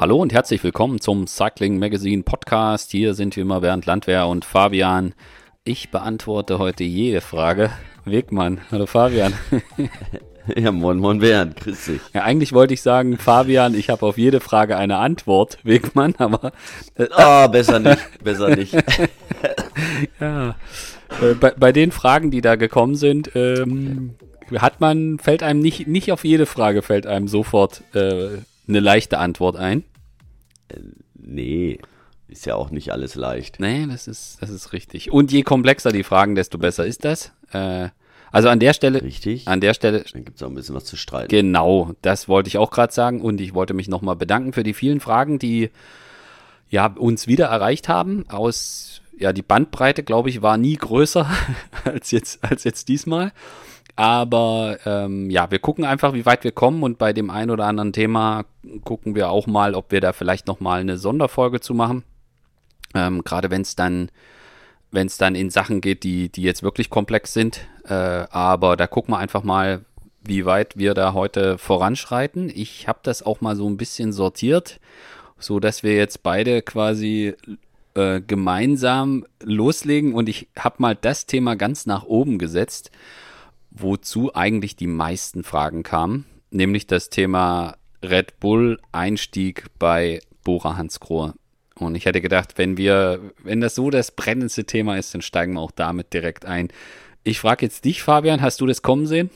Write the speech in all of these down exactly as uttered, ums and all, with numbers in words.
Hallo und herzlich willkommen zum Cycling Magazine Podcast. Hier sind wie immer Bernd Landwehr und Fabian. Ich beantworte heute jede Frage. Wegmann, hallo Fabian. Ja, moin, moin Bernd, grüß dich. Ja, eigentlich wollte ich sagen, Fabian, ich habe auf jede Frage eine Antwort, Wegmann, aber... Äh, oh, besser nicht, besser nicht. Ja, äh, bei, bei den Fragen, die da gekommen sind, ähm, hat man, fällt einem nicht, nicht auf jede Frage fällt einem sofort äh, eine leichte Antwort ein. Äh, nee, ist ja auch nicht alles leicht. Nee, das ist, das ist richtig. Und je komplexer die Fragen, desto besser ist das. Äh, Also an der Stelle, Richtig. An der Stelle, dann gibt es auch ein bisschen was zu streiten. Genau, das wollte ich auch gerade sagen und ich wollte mich nochmal bedanken für die vielen Fragen, die ja uns wieder erreicht haben. Aus ja die Bandbreite, glaube ich, war nie größer als jetzt als jetzt diesmal. Aber ähm, ja, wir gucken einfach, wie weit wir kommen und bei dem ein oder anderen Thema gucken wir auch mal, ob wir da vielleicht nochmal eine Sonderfolge zu machen. Ähm, gerade wenn es dann wenn es dann in Sachen geht, die, die jetzt wirklich komplex sind. Äh, aber da gucken wir einfach mal, wie weit wir da heute voranschreiten. Ich habe das auch mal so ein bisschen sortiert, so dass wir jetzt beide quasi äh, gemeinsam loslegen. Und ich habe mal das Thema ganz nach oben gesetzt, wozu eigentlich die meisten Fragen kamen. Nämlich das Thema Red Bull Einstieg bei Bora Hansgrohe. Und ich hätte gedacht, wenn wir, wenn das so das brennendste Thema ist, dann steigen wir auch damit direkt ein. Ich frage jetzt dich, Fabian, hast du das kommen sehen?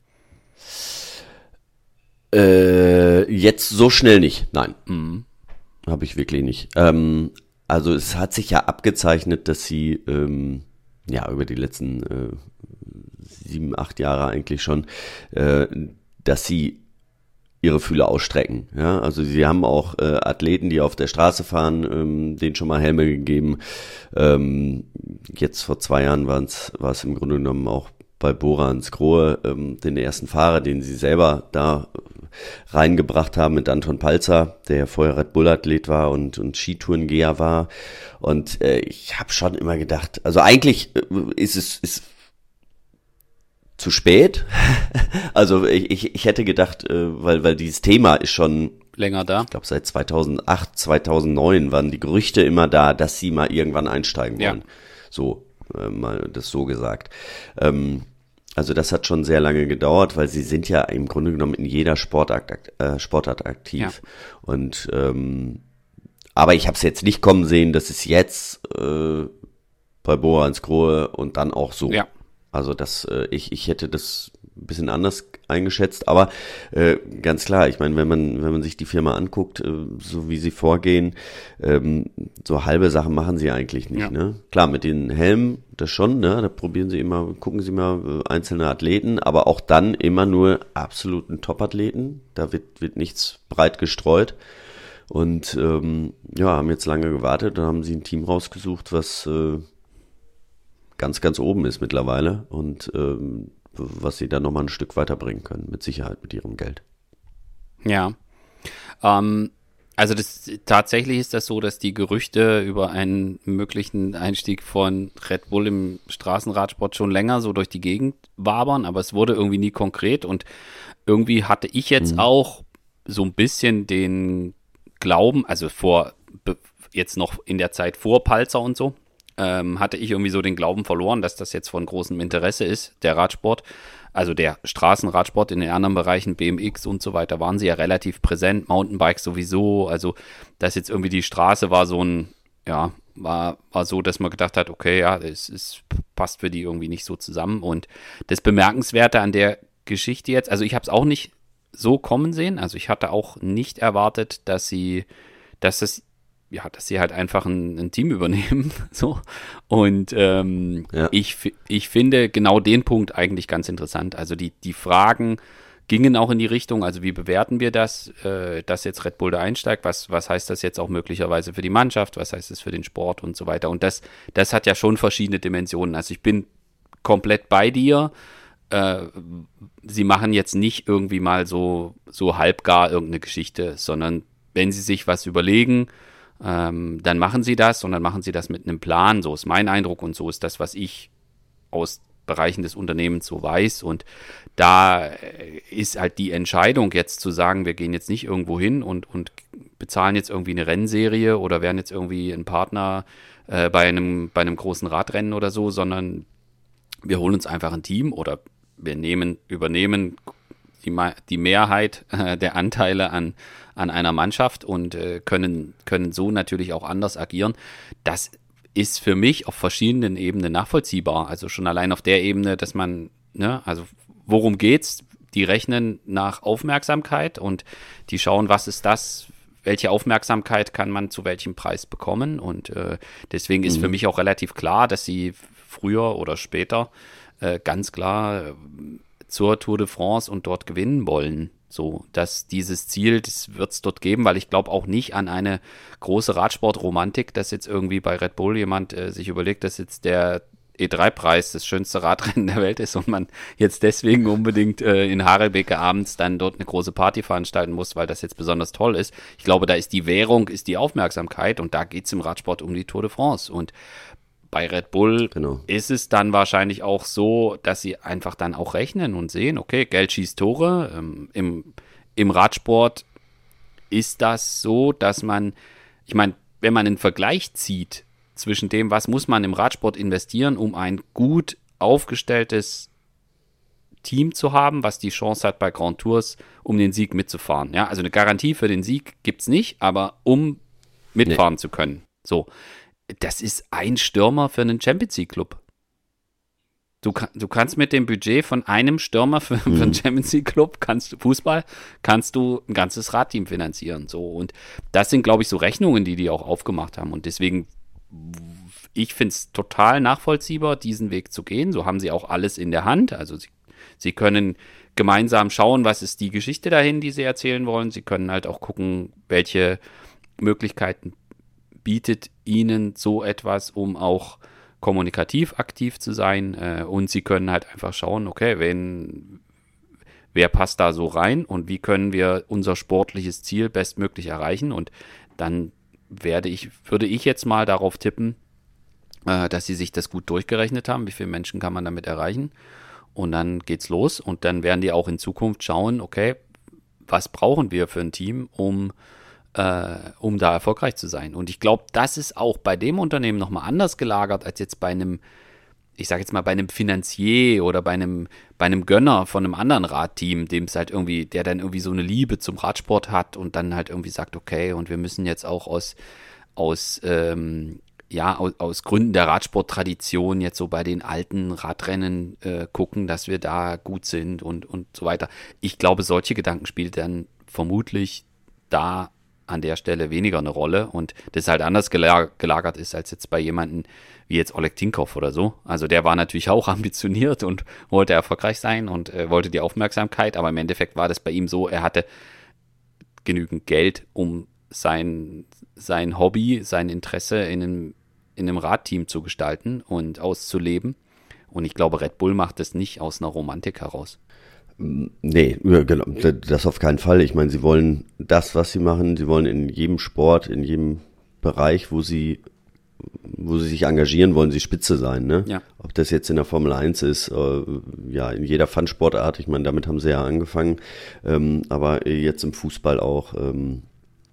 Äh, jetzt so schnell nicht, nein. Mhm. Habe ich wirklich nicht. Ähm, also es hat sich ja abgezeichnet, dass sie ähm, ja über die letzten äh, sieben, acht Jahre eigentlich schon, äh, dass sie ihre Fühler ausstrecken. Ja, also sie haben auch äh, Athleten, die auf der Straße fahren, ähm, denen schon mal Helme gegeben. Ähm, jetzt vor zwei Jahren war es im Grunde genommen auch bei Bora Hansgrohe ähm, den ersten Fahrer, den sie selber da reingebracht haben mit Anton Palzer, der ja vorher Red Bull Athlet war und, und Skitourengeher war. Und äh, ich habe schon immer gedacht, also eigentlich äh, ist es ist zu spät. Also ich, ich, ich hätte gedacht, äh, weil, weil dieses Thema ist schon länger da. Ich glaube seit zweitausendacht, zweitausendneun waren die Gerüchte immer da, dass sie mal irgendwann einsteigen wollen. Ja. So, äh, mal das so gesagt. Ähm, also das hat schon sehr lange gedauert, weil sie sind ja im Grunde genommen in jeder Sportart, äh, Sportart aktiv. Ja. Und ähm, aber ich habe es jetzt nicht kommen sehen, dass es jetzt äh, bei Bora Hansgrohe und dann auch so. Ja. Also das, äh, ich, ich hätte das ein bisschen anders eingeschätzt, aber äh, ganz klar, ich meine, wenn man, wenn man sich die Firma anguckt, äh, so wie sie vorgehen, ähm, so halbe Sachen machen sie eigentlich nicht, ja. Ne? Klar, mit den Helmen, das schon, ne? Da probieren sie immer, gucken sie mal äh, einzelne Athleten, aber auch dann immer nur absoluten Top-Athleten, da wird, wird nichts breit gestreut. Und ähm, ja, haben jetzt lange gewartet, dann haben sie ein Team rausgesucht, was äh, ganz, ganz oben ist mittlerweile und ähm, was sie dann nochmal ein Stück weiterbringen können, mit Sicherheit mit ihrem Geld. Ja, ähm, also das, tatsächlich ist das so, dass die Gerüchte über einen möglichen Einstieg von Red Bull im Straßenradsport schon länger so durch die Gegend wabern, aber es wurde irgendwie nie konkret und irgendwie hatte ich jetzt mhm. auch so ein bisschen den Glauben, also vor, jetzt noch in der Zeit vor Palzer und so, Ähm, hatte ich irgendwie so den Glauben verloren, dass das jetzt von großem Interesse ist, der Radsport. Also der Straßenradsport in den anderen Bereichen, B M X und so weiter, waren sie ja relativ präsent, Mountainbikes sowieso. Also dass jetzt irgendwie die Straße war so ein, ja, war, war so, dass man gedacht hat, okay, ja, es, es passt für die irgendwie nicht so zusammen. Und das Bemerkenswerte an der Geschichte jetzt, also ich habe es auch nicht so kommen sehen. Also ich hatte auch nicht erwartet, dass sie, dass es ja, dass sie halt einfach ein, ein Team übernehmen, so. Und ähm, ja. ich, ich finde genau den Punkt eigentlich ganz interessant. Also die, die Fragen gingen auch in die Richtung, also wie bewerten wir das, äh, dass jetzt Red Bull da einsteigt? Was, was heißt das jetzt auch möglicherweise für die Mannschaft? Was heißt das für den Sport und so weiter? Und das, das hat ja schon verschiedene Dimensionen. Also ich bin komplett bei dir. Äh, sie machen jetzt nicht irgendwie mal so, so halbgar irgendeine Geschichte, sondern wenn sie sich was überlegen, Ähm, dann machen sie das und dann machen sie das mit einem Plan. So ist mein Eindruck und so ist das, was ich aus Bereichen des Unternehmens so weiß. Und da ist halt die Entscheidung jetzt zu sagen, wir gehen jetzt nicht irgendwo hin und, und bezahlen jetzt irgendwie eine Rennserie oder werden jetzt irgendwie ein Partner äh, bei einem, bei einem großen Radrennen oder so, sondern wir holen uns einfach ein Team oder wir nehmen, übernehmen die, die Mehrheit äh, der Anteile an, an einer Mannschaft und äh, können, können so natürlich auch anders agieren. Das ist für mich auf verschiedenen Ebenen nachvollziehbar. Also schon allein auf der Ebene, dass man, ne, also worum geht's? Die rechnen nach Aufmerksamkeit und die schauen, was ist das, welche Aufmerksamkeit kann man zu welchem Preis bekommen. Und äh, deswegen ist mhm. für mich auch relativ klar, dass sie früher oder später äh, ganz klar äh, zur Tour de France und dort gewinnen wollen. So, dass dieses Ziel, das wird es dort geben, weil ich glaube auch nicht an eine große Radsportromantik, dass jetzt irgendwie bei Red Bull jemand äh, sich überlegt, dass jetzt der E drei Preis das schönste Radrennen der Welt ist und man jetzt deswegen unbedingt äh, in Harelbeke abends dann dort eine große Party veranstalten muss, weil das jetzt besonders toll ist. Ich glaube, da ist die Währung, ist die Aufmerksamkeit und da geht es im Radsport um die Tour de France. Und bei Red Bull genau. ist es dann wahrscheinlich auch so, dass sie einfach dann auch rechnen und sehen, okay, Geld schießt Tore. Ähm, im, im Radsport ist das so, dass man, ich meine, wenn man einen Vergleich zieht zwischen dem, was muss man im Radsport investieren, um ein gut aufgestelltes Team zu haben, was die Chance hat, bei Grand Tours um den Sieg mitzufahren. Ja, also eine Garantie für den Sieg gibt es nicht, aber um mitfahren nee. zu können. So, das ist ein Stürmer für einen Champions League Club. Du, du kannst mit dem Budget von einem Stürmer für, mhm. für einen Champions League Club, kannst du Fußball, kannst du ein ganzes Radteam finanzieren. So, und das sind, glaube ich, so Rechnungen, die die auch aufgemacht haben. Und deswegen, ich finde es total nachvollziehbar, diesen Weg zu gehen. So haben sie auch alles in der Hand. Also sie, sie können gemeinsam schauen, was ist die Geschichte dahin, die sie erzählen wollen. Sie können halt auch gucken, welche Möglichkeiten bietet ihnen so etwas, um auch kommunikativ aktiv zu sein. Äh, und sie können halt einfach schauen, okay, wen, wer passt da so rein und wie können wir unser sportliches Ziel bestmöglich erreichen. Und dann werde ich, würde ich jetzt mal darauf tippen, äh, dass sie sich das gut durchgerechnet haben, wie viele Menschen kann man damit erreichen. Und dann geht's los und dann werden die auch in Zukunft schauen, okay, was brauchen wir für ein Team, um Äh, um da erfolgreich zu sein. Und ich glaube, das ist auch bei dem Unternehmen nochmal anders gelagert, als jetzt bei einem, ich sage jetzt mal, bei einem Finanzier oder bei einem, bei einem Gönner von einem anderen Radteam, dem es halt irgendwie, der dann irgendwie so eine Liebe zum Radsport hat und dann halt irgendwie sagt, okay, und wir müssen jetzt auch aus, aus, ähm, ja, aus, aus Gründen der Radsporttradition jetzt so bei den alten Radrennen äh, gucken, dass wir da gut sind und, und so weiter. Ich glaube, solche Gedanken spielt dann vermutlich da an der Stelle weniger eine Rolle und das halt anders gelagert ist als jetzt bei jemandem wie jetzt Oleg Tinkoff oder so. Also der war natürlich auch ambitioniert und wollte erfolgreich sein und äh, wollte die Aufmerksamkeit, aber im Endeffekt war das bei ihm so, er hatte genügend Geld, um sein, sein Hobby, sein Interesse in einem, in einem Radteam zu gestalten und auszuleben. Und ich glaube, Red Bull macht das nicht aus einer Romantik heraus. Nee, genau, das auf keinen Fall. Ich meine, sie wollen das, was sie machen, sie wollen in jedem Sport, in jedem Bereich, wo sie wo sie sich engagieren, wollen sie Spitze sein, ne? Ja. Ob das jetzt in der Formel eins ist, äh, ja, in jeder Fun-Sportart, ich meine, damit haben sie ja angefangen, ähm, aber jetzt im Fußball auch, ähm,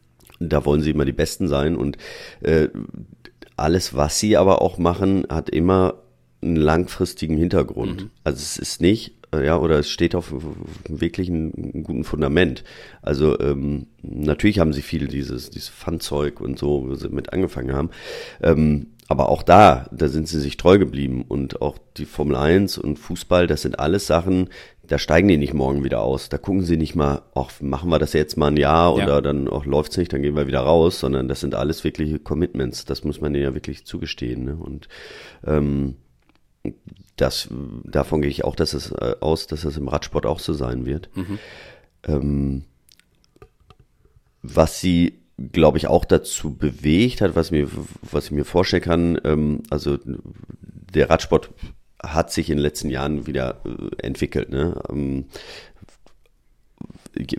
da wollen sie immer die Besten sein und äh, alles, was sie aber auch machen, hat immer einen langfristigen Hintergrund. Mhm. Also es ist nicht ja, oder es steht auf wirklich einem guten Fundament. Also ähm, natürlich haben sie viel dieses, dieses Fun-Zeug und so, wo sie mit angefangen haben. Ähm, aber auch da, da sind sie sich treu geblieben. Und auch die Formel eins und Fußball, das sind alles Sachen, da steigen die nicht morgen wieder aus. Da gucken sie nicht mal, ach, machen wir das jetzt mal ein Jahr oder ja. dann auch läuft's nicht, dann gehen wir wieder raus, sondern das sind alles wirkliche Commitments. Das muss man denen ja wirklich zugestehen. Ne? Und ähm, Das, davon gehe ich auch dass es, äh, aus, dass es im Radsport auch so sein wird. Mhm. Ähm, was sie, glaube ich, auch dazu bewegt hat, was, mir, was ich mir vorstellen kann, ähm, also der Radsport hat sich in den letzten Jahren wieder äh, entwickelt. Ne? Ähm,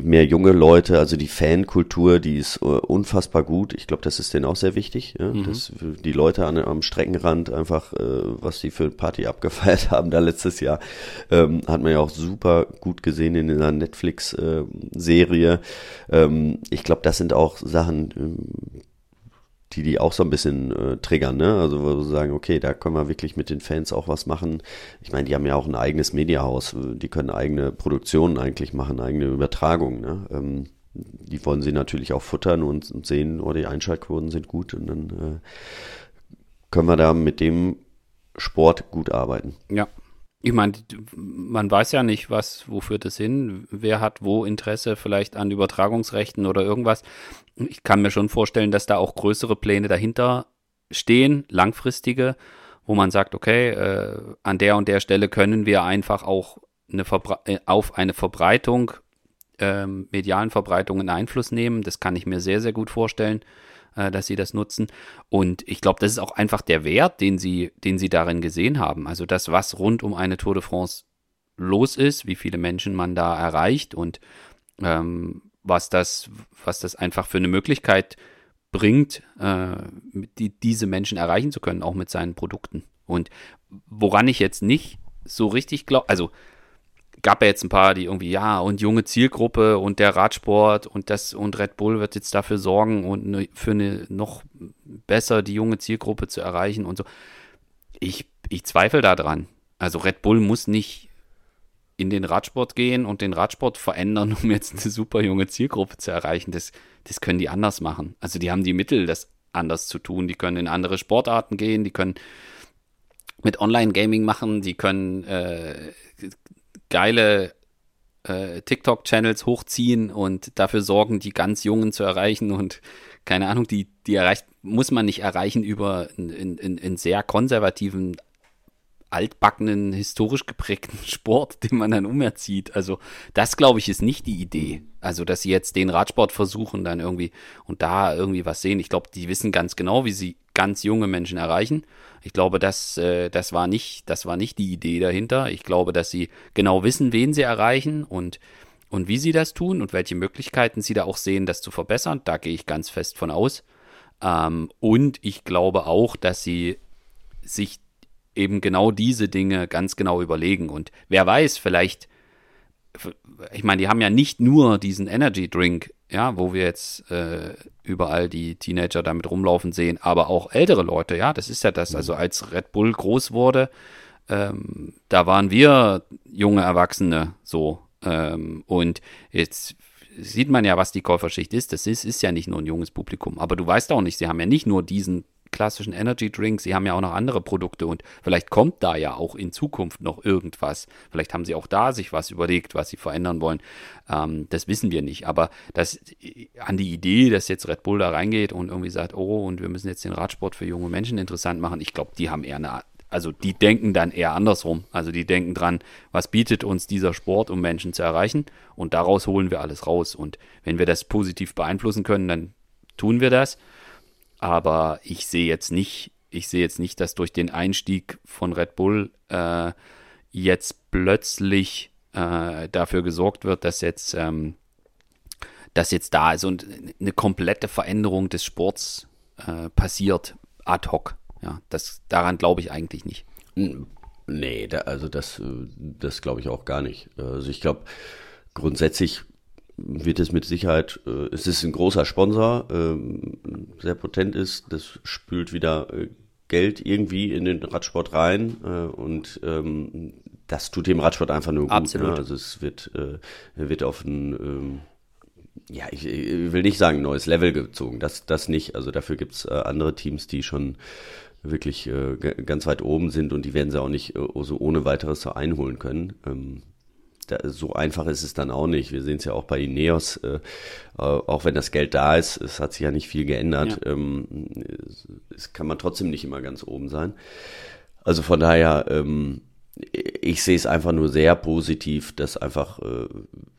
mehr junge Leute, also die Fankultur, die ist uh, unfassbar gut. Ich glaube, das ist denen auch sehr wichtig, ja? Mhm. Dass die Leute an, am Streckenrand einfach, äh, was die für Party abgefeiert haben da letztes Jahr, ähm, hat man ja auch super gut gesehen in einer Netflix-Serie. Äh, ähm, ich glaube, das sind auch Sachen, ähm, die die auch so ein bisschen äh, triggern, ne? Also wo sie sagen, okay, da können wir wirklich mit den Fans auch was machen. Ich meine, die haben ja auch ein eigenes Mediahaus, die können eigene Produktionen eigentlich machen, eigene Übertragungen, ne? Ähm, die wollen sie natürlich auch futtern und, und sehen, oh, die Einschaltquoten sind gut und dann äh, können wir da mit dem Sport gut arbeiten. Ja. Ich meine, man weiß ja nicht, was, wo führt es hin, wer hat wo Interesse vielleicht an Übertragungsrechten oder irgendwas. Ich kann mir schon vorstellen, dass da auch größere Pläne dahinter stehen, langfristige, wo man sagt, okay, äh, an der und der Stelle können wir einfach auch eine Verbre- äh, auf eine Verbreitung, äh, medialen Verbreitung einen Einfluss nehmen. Das kann ich mir sehr, sehr gut vorstellen, dass sie das nutzen. Und ich glaube, das ist auch einfach der Wert, den sie, den sie darin gesehen haben. Also das, was rund um eine Tour de France los ist, wie viele Menschen man da erreicht und ähm, was das, was das einfach für eine Möglichkeit bringt, äh, die, diese Menschen erreichen zu können, auch mit seinen Produkten. Und woran ich jetzt nicht so richtig glaube, also gab ja jetzt ein paar, die irgendwie, ja, und junge Zielgruppe und der Radsport und das und Red Bull wird jetzt dafür sorgen und ne, für eine noch besser die junge Zielgruppe zu erreichen und so. Ich, ich zweifle da dran. Also Red Bull muss nicht in den Radsport gehen und den Radsport verändern, um jetzt eine super junge Zielgruppe zu erreichen. Das, das können die anders machen. Also die haben die Mittel, das anders zu tun. Die können in andere Sportarten gehen, die können mit Online-Gaming machen, die können äh, geile äh, TikTok-Channels hochziehen und dafür sorgen, die ganz Jungen zu erreichen und keine Ahnung, die, die erreicht, muss man nicht erreichen über einen, einen, einen sehr konservativen, altbackenen, historisch geprägten Sport, den man dann umerzieht. Also das, glaube ich, ist nicht die Idee. Also, dass sie jetzt den Radsport versuchen, dann irgendwie und da irgendwie was sehen. Ich glaube, die wissen ganz genau, wie sie ganz junge Menschen erreichen. Ich glaube, das, äh, das war nicht, das war nicht die Idee dahinter. Ich glaube, dass sie genau wissen, wen sie erreichen und, und wie sie das tun und welche Möglichkeiten sie da auch sehen, das zu verbessern. Da gehe ich ganz fest von aus. Ähm, und ich glaube auch, dass sie sich eben genau diese Dinge ganz genau überlegen. Und wer weiß, vielleicht, ich meine, die haben ja nicht nur diesen Energy Drink, ja, wo wir jetzt äh, überall die Teenager damit rumlaufen sehen, aber auch ältere Leute, ja, das ist ja das. Also als Red Bull groß wurde, ähm, da waren wir junge Erwachsene so. Ähm, und jetzt sieht man ja, was die Käuferschicht ist. Das ist, ist ja nicht nur ein junges Publikum. Aber du weißt auch nicht, sie haben ja nicht nur diesen klassischen Energy Drinks, sie haben ja auch noch andere Produkte und vielleicht kommt da ja auch in Zukunft noch irgendwas. Vielleicht haben sie auch da sich was überlegt, was sie verändern wollen. Ähm, das wissen wir nicht. Aber das, an die Idee, dass jetzt Red Bull da reingeht und irgendwie sagt, oh, und wir müssen jetzt den Radsport für junge Menschen interessant machen, ich glaube, die haben eher eine, also die denken dann eher andersrum. Also die denken dran, was bietet uns dieser Sport, um Menschen zu erreichen? Und daraus holen wir alles raus. Und wenn wir das positiv beeinflussen können, dann tun wir das. Aber ich sehe jetzt nicht, ich sehe jetzt nicht, dass durch den Einstieg von Red Bull äh, jetzt plötzlich äh, dafür gesorgt wird, dass jetzt, ähm, dass jetzt da ist und eine komplette Veränderung des Sports äh, passiert ad hoc. Ja, das, daran glaube ich eigentlich nicht. Nee, da, also das, das glaube ich auch gar nicht. Also ich glaube, grundsätzlich wird es mit Sicherheit, äh, es ist ein großer Sponsor, ähm, sehr potent ist, das spült wieder äh, Geld irgendwie in den Radsport rein äh, und ähm, das tut dem Radsport einfach nur gut. Absolut. Ne? Also es wird, äh, wird auf ein, ähm, ja, ich, ich will nicht sagen neues Level gezogen, das, das nicht. Also dafür gibt's äh, andere Teams, die schon wirklich äh, g- ganz weit oben sind und die werden sie auch nicht äh, so ohne weiteres so einholen können. Ähm, Da, so einfach ist es dann auch nicht. Wir sehen es ja auch bei Ineos, äh, auch wenn das Geld da ist, es hat sich ja nicht viel geändert. Ja. Ähm, es, es kann man trotzdem nicht immer ganz oben sein. Also von daher, ähm, ich sehe es einfach nur sehr positiv, dass einfach äh,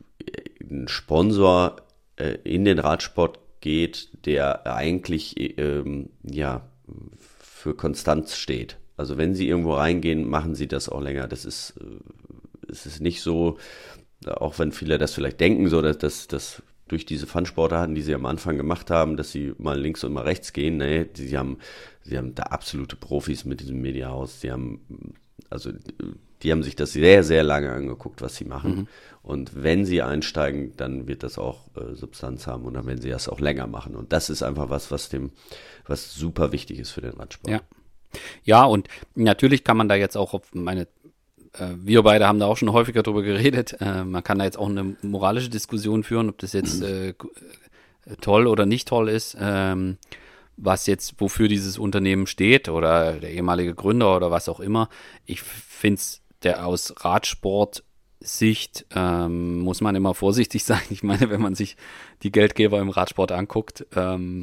ein Sponsor äh, in den Radsport geht, der eigentlich ähm, ja für Konstanz steht. Also wenn sie irgendwo reingehen, machen sie das auch länger. Das ist äh, Es ist nicht so, auch wenn viele das vielleicht denken, so dass das dass durch diese Fun-Sportarten, die sie am Anfang gemacht haben, dass sie mal links und mal rechts gehen, nee, sie haben, sie haben da absolute Profis mit diesem Mediahaus, sie haben, also die haben sich das sehr, sehr lange angeguckt, was sie machen. Mhm. Und wenn sie einsteigen, dann wird das auch äh, Substanz haben und dann werden sie das auch länger machen. Und das ist einfach was, was dem, was super wichtig ist für den Radsport. Ja, ja, und natürlich kann man da jetzt auch auf meine, äh, wir beide haben da auch schon häufiger drüber geredet, äh, man kann da jetzt auch eine moralische Diskussion führen, ob das jetzt äh, toll oder nicht toll ist, ähm, was jetzt, wofür dieses Unternehmen steht oder der ehemalige Gründer oder was auch immer. Ich finde es, der aus Radsport-Sicht ähm, muss man immer vorsichtig sein. Ich meine, wenn man sich die Geldgeber im Radsport anguckt, ähm,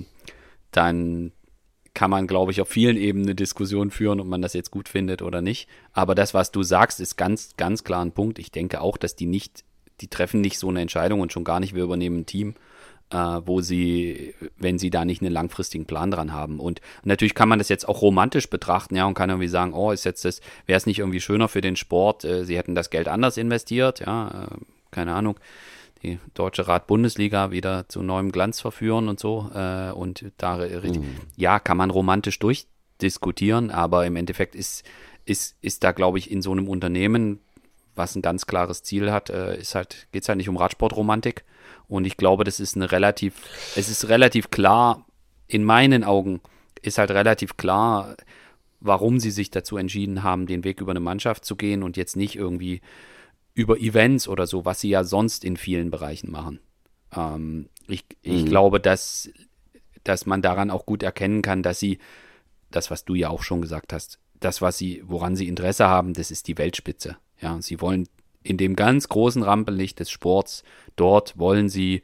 dann kann man, glaube ich, auf vielen Ebenen eine Diskussion führen, ob man das jetzt gut findet oder nicht. Aber das, was du sagst, ist ganz, ganz klar ein Punkt. Ich denke auch, dass die nicht, die treffen nicht so eine Entscheidung und schon gar nicht, wir übernehmen ein Team, äh, wo sie, wenn sie da nicht einen langfristigen Plan dran haben. Und natürlich kann man das jetzt auch romantisch betrachten, ja, und kann irgendwie sagen, oh, ist jetzt das, wäre es nicht irgendwie schöner für den Sport, äh, sie hätten das Geld anders investiert, ja, äh, keine Ahnung, die deutsche Rad-Bundesliga wieder zu neuem Glanz verführen und so, äh, und da, mhm. ja, kann man romantisch durchdiskutieren, aber im Endeffekt ist, ist, ist da, glaube ich, in so einem Unternehmen, was ein ganz klares Ziel hat, äh, ist halt, geht es halt nicht um Radsportromantik. Und ich glaube, das ist eine relativ, es ist relativ klar, in meinen Augen ist halt relativ klar, warum sie sich dazu entschieden haben, den Weg über eine Mannschaft zu gehen und jetzt nicht irgendwie über Events oder so, was sie ja sonst in vielen Bereichen machen. Ähm, ich ich mhm. glaube, dass, dass man daran auch gut erkennen kann, dass sie, das, was du ja auch schon gesagt hast, das, was sie, woran sie Interesse haben, das ist die Weltspitze. Ja, sie wollen in dem ganz großen Rampenlicht des Sports, dort wollen sie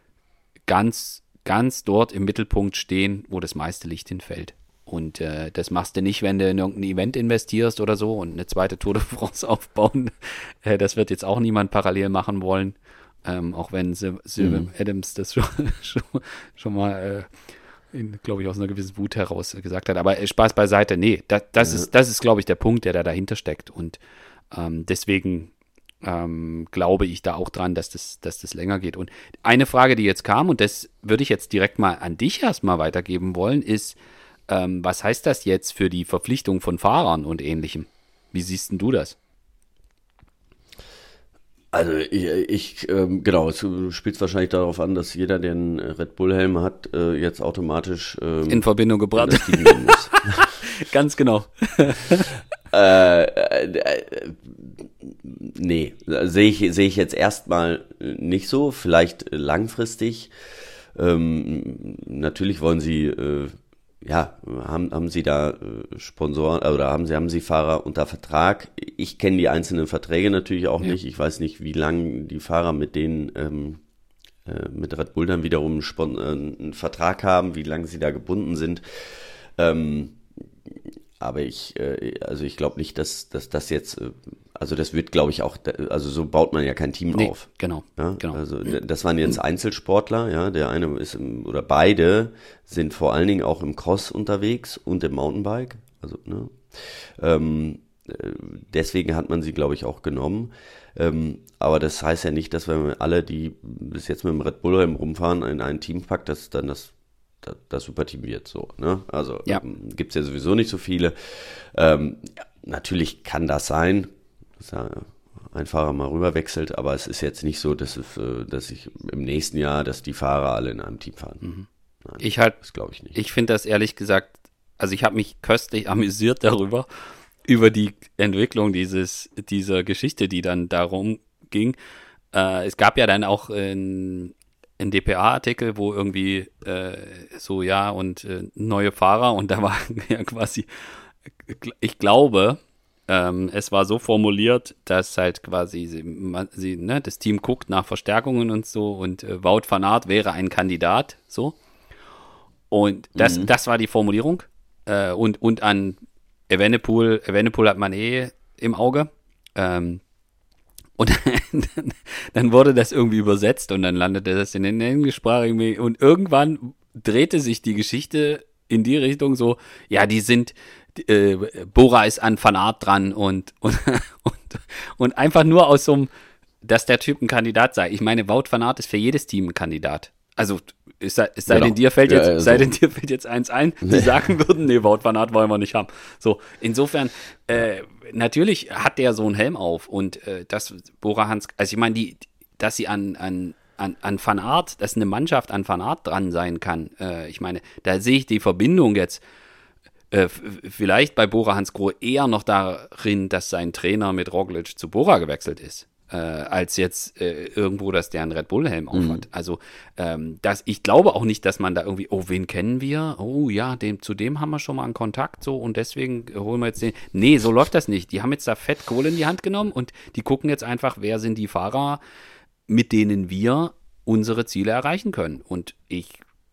ganz, ganz dort im Mittelpunkt stehen, wo das meiste Licht hinfällt. Und äh, das machst du nicht, wenn du in irgendein Event investierst oder so und eine zweite Tour de France aufbauen. Äh, das wird jetzt auch niemand parallel machen wollen, ähm, auch wenn Sylvain mhm. Adams das schon, schon, schon mal, äh, glaube ich, aus einer gewissen Wut heraus gesagt hat. Aber äh, Spaß beiseite, nee, das, das ja. ist, das ist, glaube ich, der Punkt, der da dahinter steckt. Und ähm, deswegen ähm, glaube ich da auch dran, dass das, dass das länger geht. Und eine Frage, die jetzt kam, und das würde ich jetzt direkt mal an dich erstmal weitergeben wollen, ist, ähm, was heißt das jetzt für die Verpflichtung von Fahrern und Ähnlichem? Wie siehst denn du das? Also ich, ich ähm, genau, es spielt wahrscheinlich darauf an, dass jeder, der einen Red Bull-Helm hat, äh, jetzt automatisch ähm, in Verbindung gebracht muss. Ganz genau. äh, äh, nee, sehe ich, sehe ich jetzt erstmal nicht so, vielleicht langfristig. Ähm, natürlich wollen sie, äh, ja, haben, haben sie da äh, Sponsoren oder haben sie, haben sie Fahrer unter Vertrag. Ich kenne die einzelnen Verträge natürlich auch ja. nicht. Ich weiß nicht, wie lange die Fahrer mit denen, ähm, äh, mit Red Bull dann wiederum Spon- äh, einen Vertrag haben, wie lange sie da gebunden sind. Ähm, aber ich, äh, also ich glaube nicht, dass, dass das jetzt, äh, also das wird, glaube ich, auch, also so baut man ja kein Team nee, auf. Genau, ja? genau. Also das waren jetzt Einzelsportler, ja, der eine ist, im, oder beide sind vor allen Dingen auch im Cross unterwegs und im Mountainbike, also, ne, ähm, deswegen hat man sie, glaube ich, auch genommen, ähm, aber das heißt ja nicht, dass wenn wir alle, die bis jetzt mit dem Red Bull rumfahren, in ein Team packt, dass dann das das, das Superteam wird so, ne? Also ja. ähm, gibt es ja sowieso nicht so viele. Ähm, ja, natürlich kann das sein, dass ja ein Fahrer mal rüber wechselt, aber es ist jetzt nicht so, dass, es, äh, dass ich im nächsten Jahr, dass die Fahrer alle in einem Team fahren. Mhm. Nein, ich halt, das glaube ich nicht. Ich finde das ehrlich gesagt, also ich habe mich köstlich amüsiert darüber, über die Entwicklung dieses, dieser Geschichte, die dann darum ging. Äh, es gab ja dann auch in ein D P A-Artikel, wo irgendwie äh, so, ja, und äh, neue Fahrer und da war ja quasi, ich glaube, ähm, es war so formuliert, dass halt quasi sie, man, sie, ne, das Team guckt nach Verstärkungen und so und äh, Wout van Aert wäre ein Kandidat, so. Und das, mhm. das war die Formulierung. Äh, und, und an Evenepoel, Evenepoel hat man eh im Auge. Ähm, Und dann, dann wurde das irgendwie übersetzt und dann landete das in den englischsprachigen Medien. Und irgendwann drehte sich die Geschichte in die Richtung so, ja, die sind, äh, Bora ist an Van Aert dran und, und, und, und einfach nur aus so einem, dass der Typ ein Kandidat sei. Ich meine, Wout van Aert ist für jedes Team ein Kandidat. Also es sei, es sei Genau. denn, dir fällt jetzt, Ja, also. sei denn, dir fällt jetzt eins ein, die sagen würden, nee, Wout van Aert wollen wir nicht haben. So, insofern, äh, natürlich hat der so einen Helm auf und äh, das Bora Hans, also ich meine, die, dass sie an, an, an, an Van Aert, dass eine Mannschaft an Van Aert dran sein kann, äh, ich meine, da sehe ich die Verbindung jetzt äh, f- vielleicht bei Bora Hansgrohe eher noch darin, dass sein Trainer mit Roglic zu Bora gewechselt ist. Äh, als jetzt äh, irgendwo, dass der einen Red Bull-Helm aufhat. Mhm. Also ähm, das, ich glaube auch nicht, dass man da irgendwie, oh, wen kennen wir? Oh ja, dem, zu dem haben wir schon mal einen Kontakt so und deswegen holen wir jetzt den. Nee, so läuft das nicht. Die haben jetzt da fett Kohle in die Hand genommen und die gucken jetzt einfach, wer sind die Fahrer, mit denen wir unsere Ziele erreichen können. Und ich,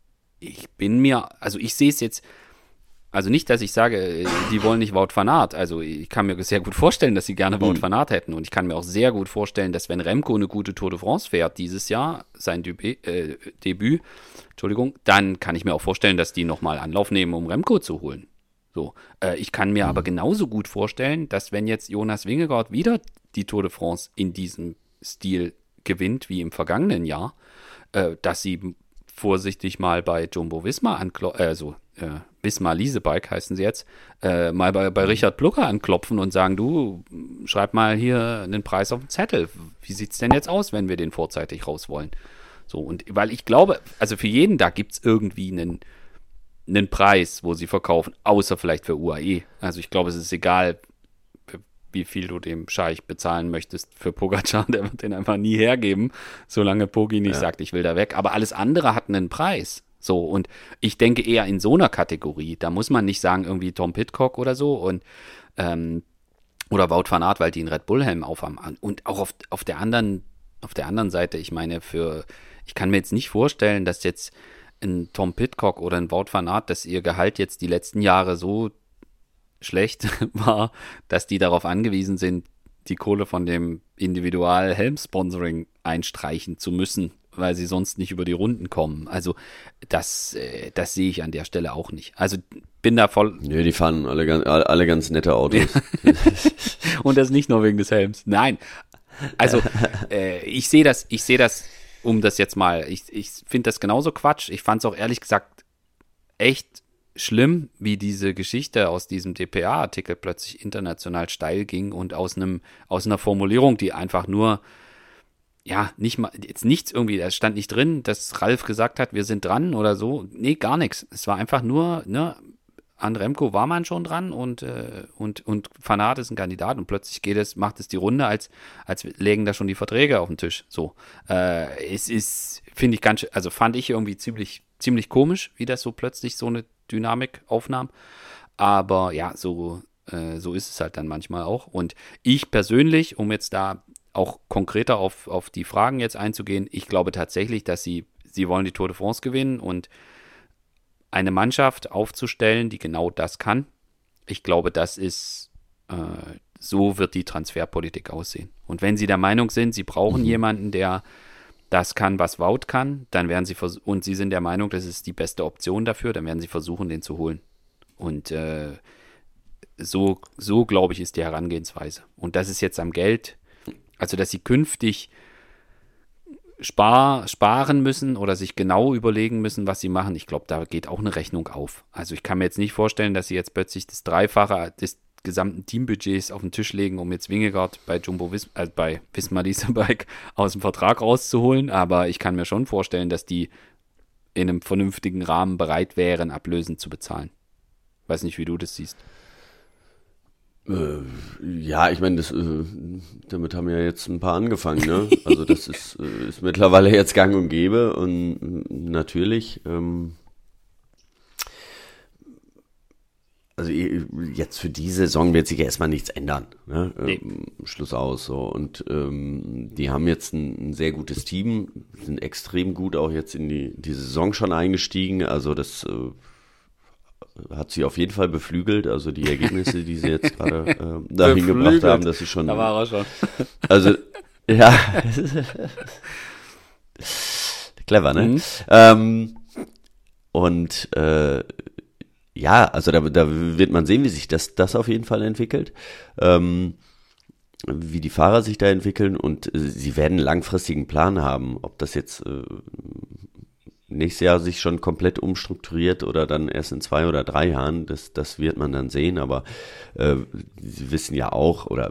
ich bin mir, also ich sehe es jetzt, also nicht, dass ich sage, die wollen nicht Wout van Aert. Also ich kann mir sehr gut vorstellen, dass sie gerne Wout Mhm. van Aert hätten. Und ich kann mir auch sehr gut vorstellen, dass wenn Remco eine gute Tour de France fährt dieses Jahr, sein Debüt, äh, Debüt, Entschuldigung, dann kann ich mir auch vorstellen, dass die nochmal Anlauf nehmen, um Remco zu holen. So, äh, ich kann mir aber genauso gut vorstellen, dass wenn jetzt Jonas Vingegaard wieder die Tour de France in diesem Stil gewinnt wie im vergangenen Jahr, äh, dass sie vorsichtig mal bei Jumbo Visma anklopfen, äh, so, äh, Visma Leasebike heißen sie jetzt, äh, mal bei, bei Richard Plugger anklopfen und sagen, du, schreib mal hier einen Preis auf den Zettel. Wie sieht's denn jetzt aus, wenn wir den vorzeitig raus wollen? So, und weil ich glaube, also für jeden da gibt's irgendwie einen, einen Preis, wo sie verkaufen, außer vielleicht für U A E. Also ich glaube, es ist egal, wie viel du dem Scheich bezahlen möchtest für Pogacar, der wird den einfach nie hergeben, solange Pogi nicht Ja. sagt, ich will da weg. Aber alles andere hat einen Preis. So, und ich denke eher in so einer Kategorie. Da muss man nicht sagen, irgendwie Tom Pidcock oder so und ähm, oder Wout van Aert, weil die einen Red Bull-Helm aufhaben. Und auch auf, auf der anderen, auf der anderen Seite, ich meine, für, ich kann mir jetzt nicht vorstellen, dass jetzt ein Tom Pidcock oder ein Wout van Aert, dass ihr Gehalt jetzt die letzten Jahre so schlecht war, dass die darauf angewiesen sind, die Kohle von dem Individual-Helm-Sponsoring einstreichen zu müssen, weil sie sonst nicht über die Runden kommen. Also das, äh, das sehe ich an der Stelle auch nicht. Also bin da voll... Nö, die fahren alle, ganz- alle alle ganz nette Autos. Und das nicht nur wegen des Helms. Nein. Also äh, ich sehe das, ich sehe das, um das jetzt mal, ich, ich finde das genauso Quatsch. Ich fand es auch ehrlich gesagt echt schlimm, wie diese Geschichte aus diesem D P A-Artikel plötzlich international steil ging und aus einem, aus einer Formulierung, die einfach nur, ja, nicht mal, jetzt nichts irgendwie, da stand nicht drin, dass Ralf gesagt hat, wir sind dran oder so. Nee, gar nichts. Es war einfach nur, ne, an Remco war man schon dran und, äh, und, und Van Aert ist ein Kandidat und plötzlich geht es, macht es die Runde, als, als legen da schon die Verträge auf den Tisch. So. Äh, es ist, finde ich ganz, schön- also fand ich irgendwie ziemlich, ziemlich komisch, wie das so plötzlich so eine Dynamik aufnahm. Aber ja, so, äh, so ist es halt dann manchmal auch. Und ich persönlich, um jetzt da auch konkreter auf, auf die Fragen jetzt einzugehen, ich glaube tatsächlich, dass sie, sie wollen die Tour de France gewinnen und eine Mannschaft aufzustellen, die genau das kann. Ich glaube, das ist, äh, so wird die Transferpolitik aussehen. Und wenn Sie der Meinung sind, Sie brauchen Mhm. jemanden, der das kann, was Wout kann, dann werden Sie vers- und Sie sind der Meinung, das ist die beste Option dafür, dann werden Sie versuchen, den zu holen. Und äh, so, so glaube ich, ist die Herangehensweise. Und das ist jetzt am Geld, also dass Sie künftig spar, sparen müssen oder sich genau überlegen müssen, was sie machen. Ich glaube, da geht auch eine Rechnung auf. Also ich kann mir jetzt nicht vorstellen, dass sie jetzt plötzlich das Dreifache des gesamten Teambudgets auf den Tisch legen, um jetzt Vingegaard bei Jumbo Vis äh, bei Visma Leasebike aus dem Vertrag rauszuholen. Aber ich kann mir schon vorstellen, dass die in einem vernünftigen Rahmen bereit wären, Ablösen zu bezahlen. Weiß nicht, wie du das siehst. Äh, ja, ich meine, das, äh, damit haben ja jetzt ein paar angefangen, ne? Also das ist, äh, ist mittlerweile jetzt gang und gäbe und äh, natürlich, ähm, also eh, jetzt für die Saison wird sich ja erstmal nichts ändern, ne? Nee. Ähm, Schluss aus, so. Und ähm, die haben jetzt ein, ein sehr gutes Team, sind extrem gut auch jetzt in die, die Saison schon eingestiegen, also das äh, hat sie auf jeden Fall beflügelt, also die Ergebnisse, die sie jetzt gerade äh, dahin gebracht Beflügelt. haben, dass sie schon, Da war er schon. also ja, clever, ne? Mhm. Ähm, und äh, ja, also da, da wird man sehen, wie sich das, das auf jeden Fall entwickelt. Ähm, wie die Fahrer sich da entwickeln und äh, sie werden einen langfristigen Plan haben, ob das jetzt äh, nächstes Jahr sich schon komplett umstrukturiert oder dann erst in zwei oder drei Jahren, das, das wird man dann sehen, aber äh, sie wissen ja auch, oder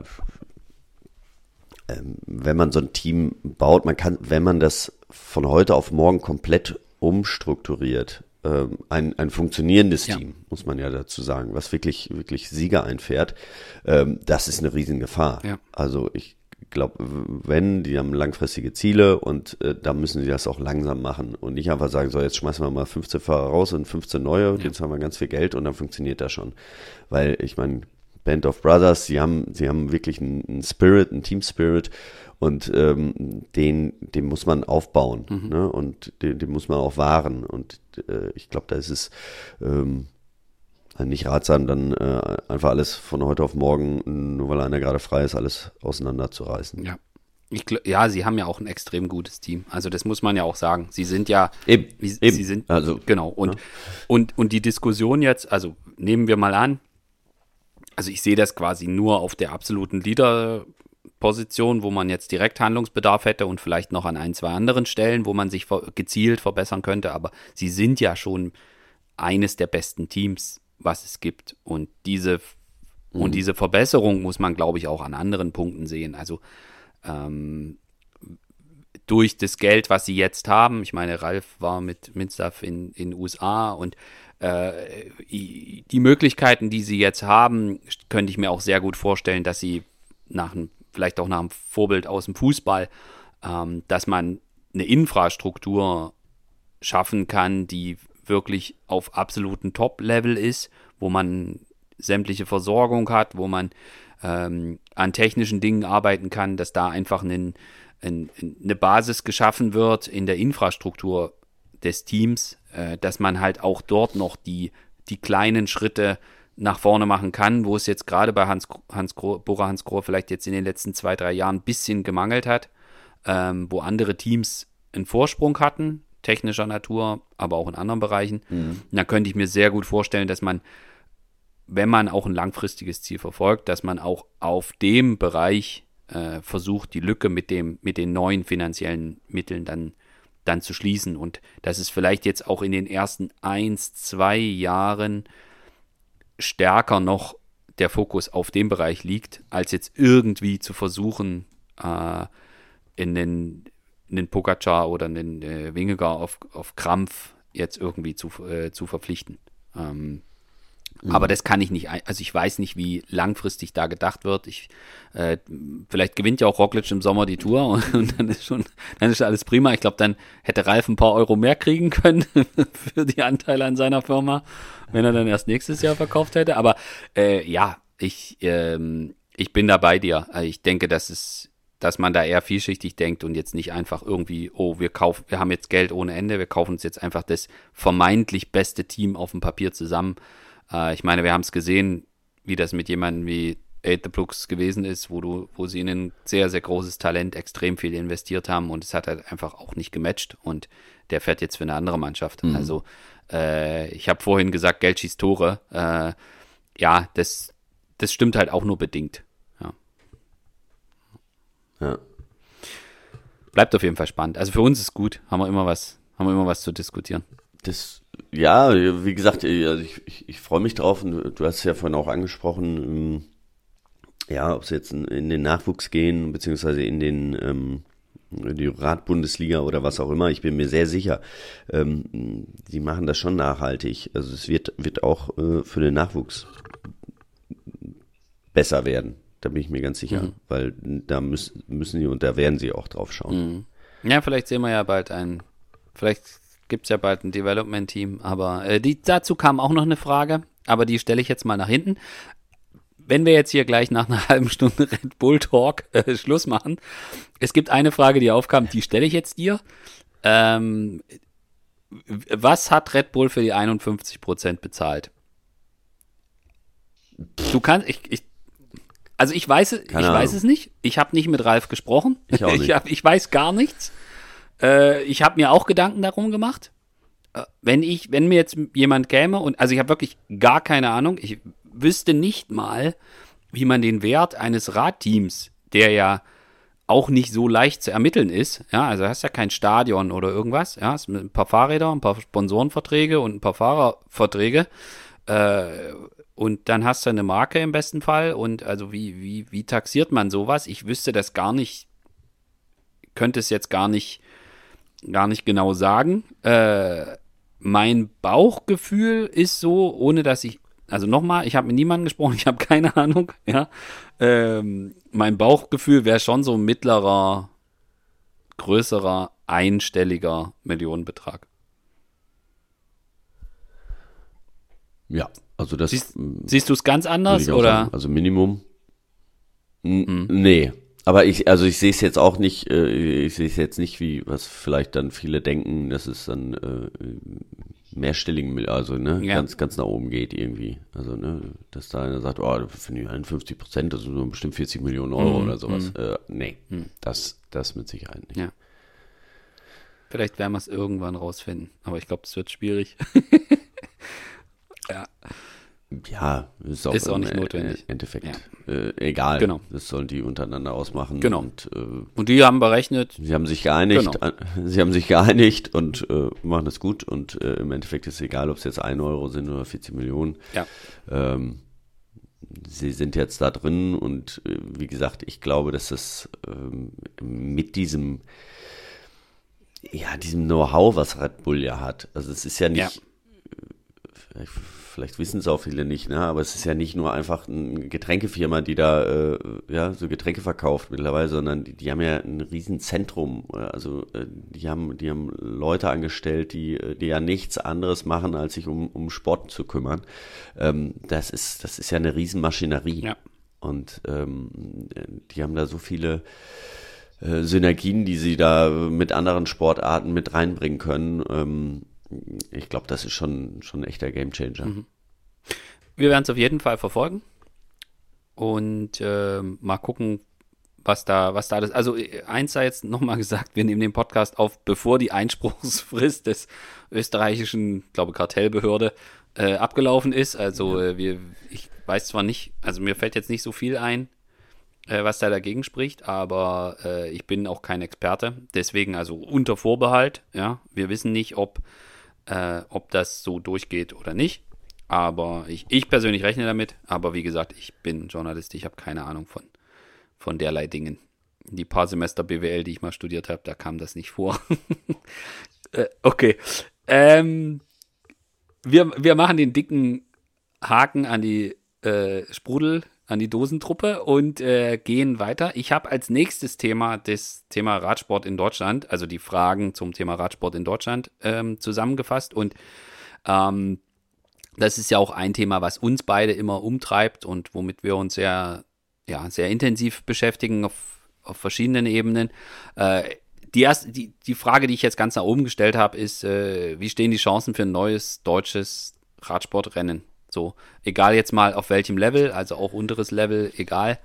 ähm, wenn man so ein Team baut, man kann, wenn man das von heute auf morgen komplett umstrukturiert, ähm, ein, ein funktionierendes ja. Team, muss man ja dazu sagen, was wirklich, wirklich Sieger einfährt, ähm, das ist eine Riesengefahr. Ja. Also ich glaube, wenn, die haben langfristige Ziele und äh, da müssen sie das auch langsam machen und nicht einfach sagen, so jetzt schmeißen wir mal fünfzehn Fahrer raus und fünfzehn neue, ja. Jetzt haben wir ganz viel Geld und dann funktioniert das schon. Weil ich meine, Band of Brothers, sie haben, sie haben wirklich einen, einen Spirit, einen Team-Spirit und ähm, den, den muss man aufbauen, mhm. ne? Und den, den muss man auch wahren und äh, ich glaube, da ist es ähm, nicht ratsam, dann äh, einfach alles von heute auf morgen, nur weil einer gerade frei ist, alles auseinanderzureißen. Ja. Ich, ja, sie haben ja auch ein extrem gutes Team. Also das muss man ja auch sagen. Sie sind ja eben, sie, eben. sie sind also genau und, ja. und und die Diskussion jetzt, also nehmen wir mal an, also ich sehe das quasi nur auf der absoluten Leader-Position, wo man jetzt direkt Handlungsbedarf hätte und vielleicht noch an ein, zwei anderen Stellen, wo man sich ver- gezielt verbessern könnte, aber sie sind ja schon eines der besten Teams, was es gibt. Und diese, mhm. und diese Verbesserung muss man, glaube ich, auch an anderen Punkten sehen. Also ähm, durch das Geld, was sie jetzt haben, ich meine, Ralf war mit Minstaff in den U S A und äh, die Möglichkeiten, die sie jetzt haben, könnte ich mir auch sehr gut vorstellen, dass sie nach einem, vielleicht auch nach einem Vorbild aus dem Fußball, ähm, dass man eine Infrastruktur schaffen kann, die wirklich auf absoluten Top-Level ist, wo man sämtliche Versorgung hat, wo man ähm, an technischen Dingen arbeiten kann, dass da einfach ein, ein, eine Basis geschaffen wird in der Infrastruktur des Teams, äh, dass man halt auch dort noch die, die kleinen Schritte nach vorne machen kann, wo es jetzt gerade bei Hans, Hans Grohe, Bora Hansgrohe vielleicht jetzt in den letzten zwei, drei Jahren ein bisschen gemangelt hat, ähm, wo andere Teams einen Vorsprung hatten, technischer Natur, aber auch in anderen Bereichen. Mhm. Da könnte ich mir sehr gut vorstellen, dass man, wenn man auch ein langfristiges Ziel verfolgt, dass man auch auf dem Bereich äh, versucht, die Lücke mit dem, mit den neuen finanziellen Mitteln dann, dann zu schließen. Und dass es vielleicht jetzt auch in den ersten eins, zwei Jahren stärker noch der Fokus auf dem Bereich liegt, als jetzt irgendwie zu versuchen, äh, in den einen Pogacar oder einen äh, Vingegaard auf, auf Krampf jetzt irgendwie zu, äh, zu verpflichten. Ähm, mhm. Aber das kann ich nicht, also ich weiß nicht, wie langfristig da gedacht wird. Ich, äh, vielleicht gewinnt ja auch Roglic im Sommer die Tour und, und dann ist schon, dann ist alles prima. Ich glaube, dann hätte Ralf ein paar Euro mehr kriegen können für die Anteile an seiner Firma, wenn er dann erst nächstes Jahr verkauft hätte. Aber äh, ja, ich, ähm, ich bin da bei dir. Ich denke, dass es dass man da eher vielschichtig denkt und jetzt nicht einfach irgendwie, oh, wir kaufen, wir haben jetzt Geld ohne Ende, wir kaufen uns jetzt einfach das vermeintlich beste Team auf dem Papier zusammen. Äh, ich meine, wir haben es gesehen, wie das mit jemandem wie Aid the Brooks gewesen ist, wo du, wo sie in ein sehr, sehr großes Talent extrem viel investiert haben und es hat halt einfach auch nicht gematcht und der fährt jetzt für eine andere Mannschaft. Mhm. Also äh, ich habe vorhin gesagt, Geld schießt Tore. Äh, ja, das, das stimmt halt auch nur bedingt. Ja. Bleibt auf jeden Fall spannend. Also für uns ist gut, haben wir immer was, haben wir immer was zu diskutieren. Das, ja, wie gesagt, ich, ich, ich freue mich drauf und du hast es ja vorhin auch angesprochen, ja, ob sie jetzt in, in den Nachwuchs gehen, beziehungsweise in den ähm, in die Radbundesliga oder was auch immer, ich bin mir sehr sicher, ähm, die machen das schon nachhaltig. Also es wird, wird auch äh, für den Nachwuchs besser werden. Da bin ich mir ganz sicher, mhm. weil da müssen, müssen die und da werden sie auch drauf schauen. Mhm. Ja, vielleicht sehen wir ja bald ein, vielleicht gibt es ja bald ein Development-Team, aber äh, die, dazu kam auch noch eine Frage, aber die stelle ich jetzt mal nach hinten. Wenn wir jetzt hier gleich nach einer halben Stunde Red Bull Talk äh, Schluss machen, es gibt eine Frage, die aufkam, die stelle ich jetzt dir. Ähm, was hat Red Bull für die einundfünfzig Prozent bezahlt? Du kannst, ich, ich Also ich weiß, ich weiß es nicht. Ich habe nicht mit Ralf gesprochen. Ich auch nicht. Ich, hab, ich weiß gar nichts. Äh, ich habe mir auch Gedanken darum gemacht. Äh, wenn ich, wenn mir jetzt jemand käme und, also ich habe wirklich gar keine Ahnung. Ich wüsste nicht mal, wie man den Wert eines Radteams der ja auch nicht so leicht zu ermitteln ist. Ja, also hast ja kein Stadion oder irgendwas. Ja, hast ein paar Fahrräder, ein paar Sponsorenverträge und ein paar Fahrerverträge. Äh, und dann hast du eine Marke im besten Fall. Und also wie, wie, wie taxiert man sowas? Ich wüsste das gar nicht, könnte es jetzt gar nicht, gar nicht genau sagen. Äh, mein Bauchgefühl ist so, ohne dass ich, also nochmal, ich habe mit niemandem gesprochen, ich habe keine Ahnung, ja. Ähm, mein Bauchgefühl wäre schon so ein mittlerer, größerer, einstelliger Millionenbetrag. Ja, also das. Siehst, siehst du es ganz anders oder? Sagen, also Minimum. N- mhm. Nee. Aber ich, also ich sehe es jetzt auch nicht, äh, ich sehe es jetzt nicht, wie, was vielleicht dann viele denken, dass es dann äh, mehrstelligen, also ne, ja. ganz, ganz nach oben geht irgendwie. Also, ne, dass da einer sagt, oh, finde ich einundfünfzig Prozent, das sind bestimmt vierzig Millionen Euro mhm. oder sowas. Mhm. Äh, nee, mhm. das, das mit Sicherheit nicht. Ja. Vielleicht werden wir es irgendwann rausfinden, aber ich glaube, es wird schwierig. Ja. Ja, ist auch, ist auch im nicht notwendig. Endeffekt ja. äh, egal. Genau. Das sollen die untereinander ausmachen. Genau. Und, äh, und die haben berechnet. Sie haben sich geeinigt. Genau. Sie haben sich geeinigt und äh, machen das gut. Und äh, im Endeffekt ist es egal, ob es jetzt ein Euro sind oder vierzig Millionen. Ja. Ähm, sie sind jetzt da drin und äh, wie gesagt, ich glaube, dass das ähm, mit diesem ja, diesem Know-how, was Red Bull ja hat. Also es ist ja nicht ja. Vielleicht wissen es auch viele nicht, ne? Aber es ist ja nicht nur einfach eine Getränkefirma, die da äh, ja so Getränke verkauft mittlerweile, sondern die, die haben ja ein Riesenzentrum. Also äh, die haben die haben Leute angestellt, die die ja nichts anderes machen, als sich um um Sport zu kümmern. Ähm, das ist das ist ja eine Riesenmaschinerie. Ja. Und ähm, die haben da so viele äh, Synergien, die sie da mit anderen Sportarten mit reinbringen können. Ähm, Ich glaube, das ist schon, schon ein echter Gamechanger. Mhm. Wir werden es auf jeden Fall verfolgen und äh, mal gucken, was da, was da ist. Also eins sei jetzt nochmal gesagt, wir nehmen den Podcast auf, bevor die Einspruchsfrist des österreichischen, glaube Kartellbehörde äh, abgelaufen ist. Also ja. äh, wir, ich weiß zwar nicht, also mir fällt jetzt nicht so viel ein, äh, was da dagegen spricht, aber äh, ich bin auch kein Experte. Deswegen also unter Vorbehalt. Ja, wir wissen nicht, ob Äh, ob das so durchgeht oder nicht. Aber ich, ich persönlich rechne damit. Aber wie gesagt, ich bin Journalist, ich habe keine Ahnung von, von derlei Dingen. Die paar Semester B W L, die ich mal studiert habe, da kam das nicht vor. äh, okay. Ähm, wir, wir machen den dicken Haken an die äh, Sprudel, an die Dosentruppe und äh, gehen weiter. Ich habe als nächstes Thema das Thema Radsport in Deutschland, also die Fragen zum Thema Radsport in Deutschland ähm, zusammengefasst und ähm, das ist ja auch ein Thema, was uns beide immer umtreibt und womit wir uns sehr, ja, sehr intensiv beschäftigen auf, auf verschiedenen Ebenen. Äh, die, erste, die, die Frage, die ich jetzt ganz nach oben gestellt habe, ist, äh, wie stehen die Chancen für ein neues deutsches Radsportrennen? So, egal jetzt mal auf welchem Level, also auch unteres Level, egal.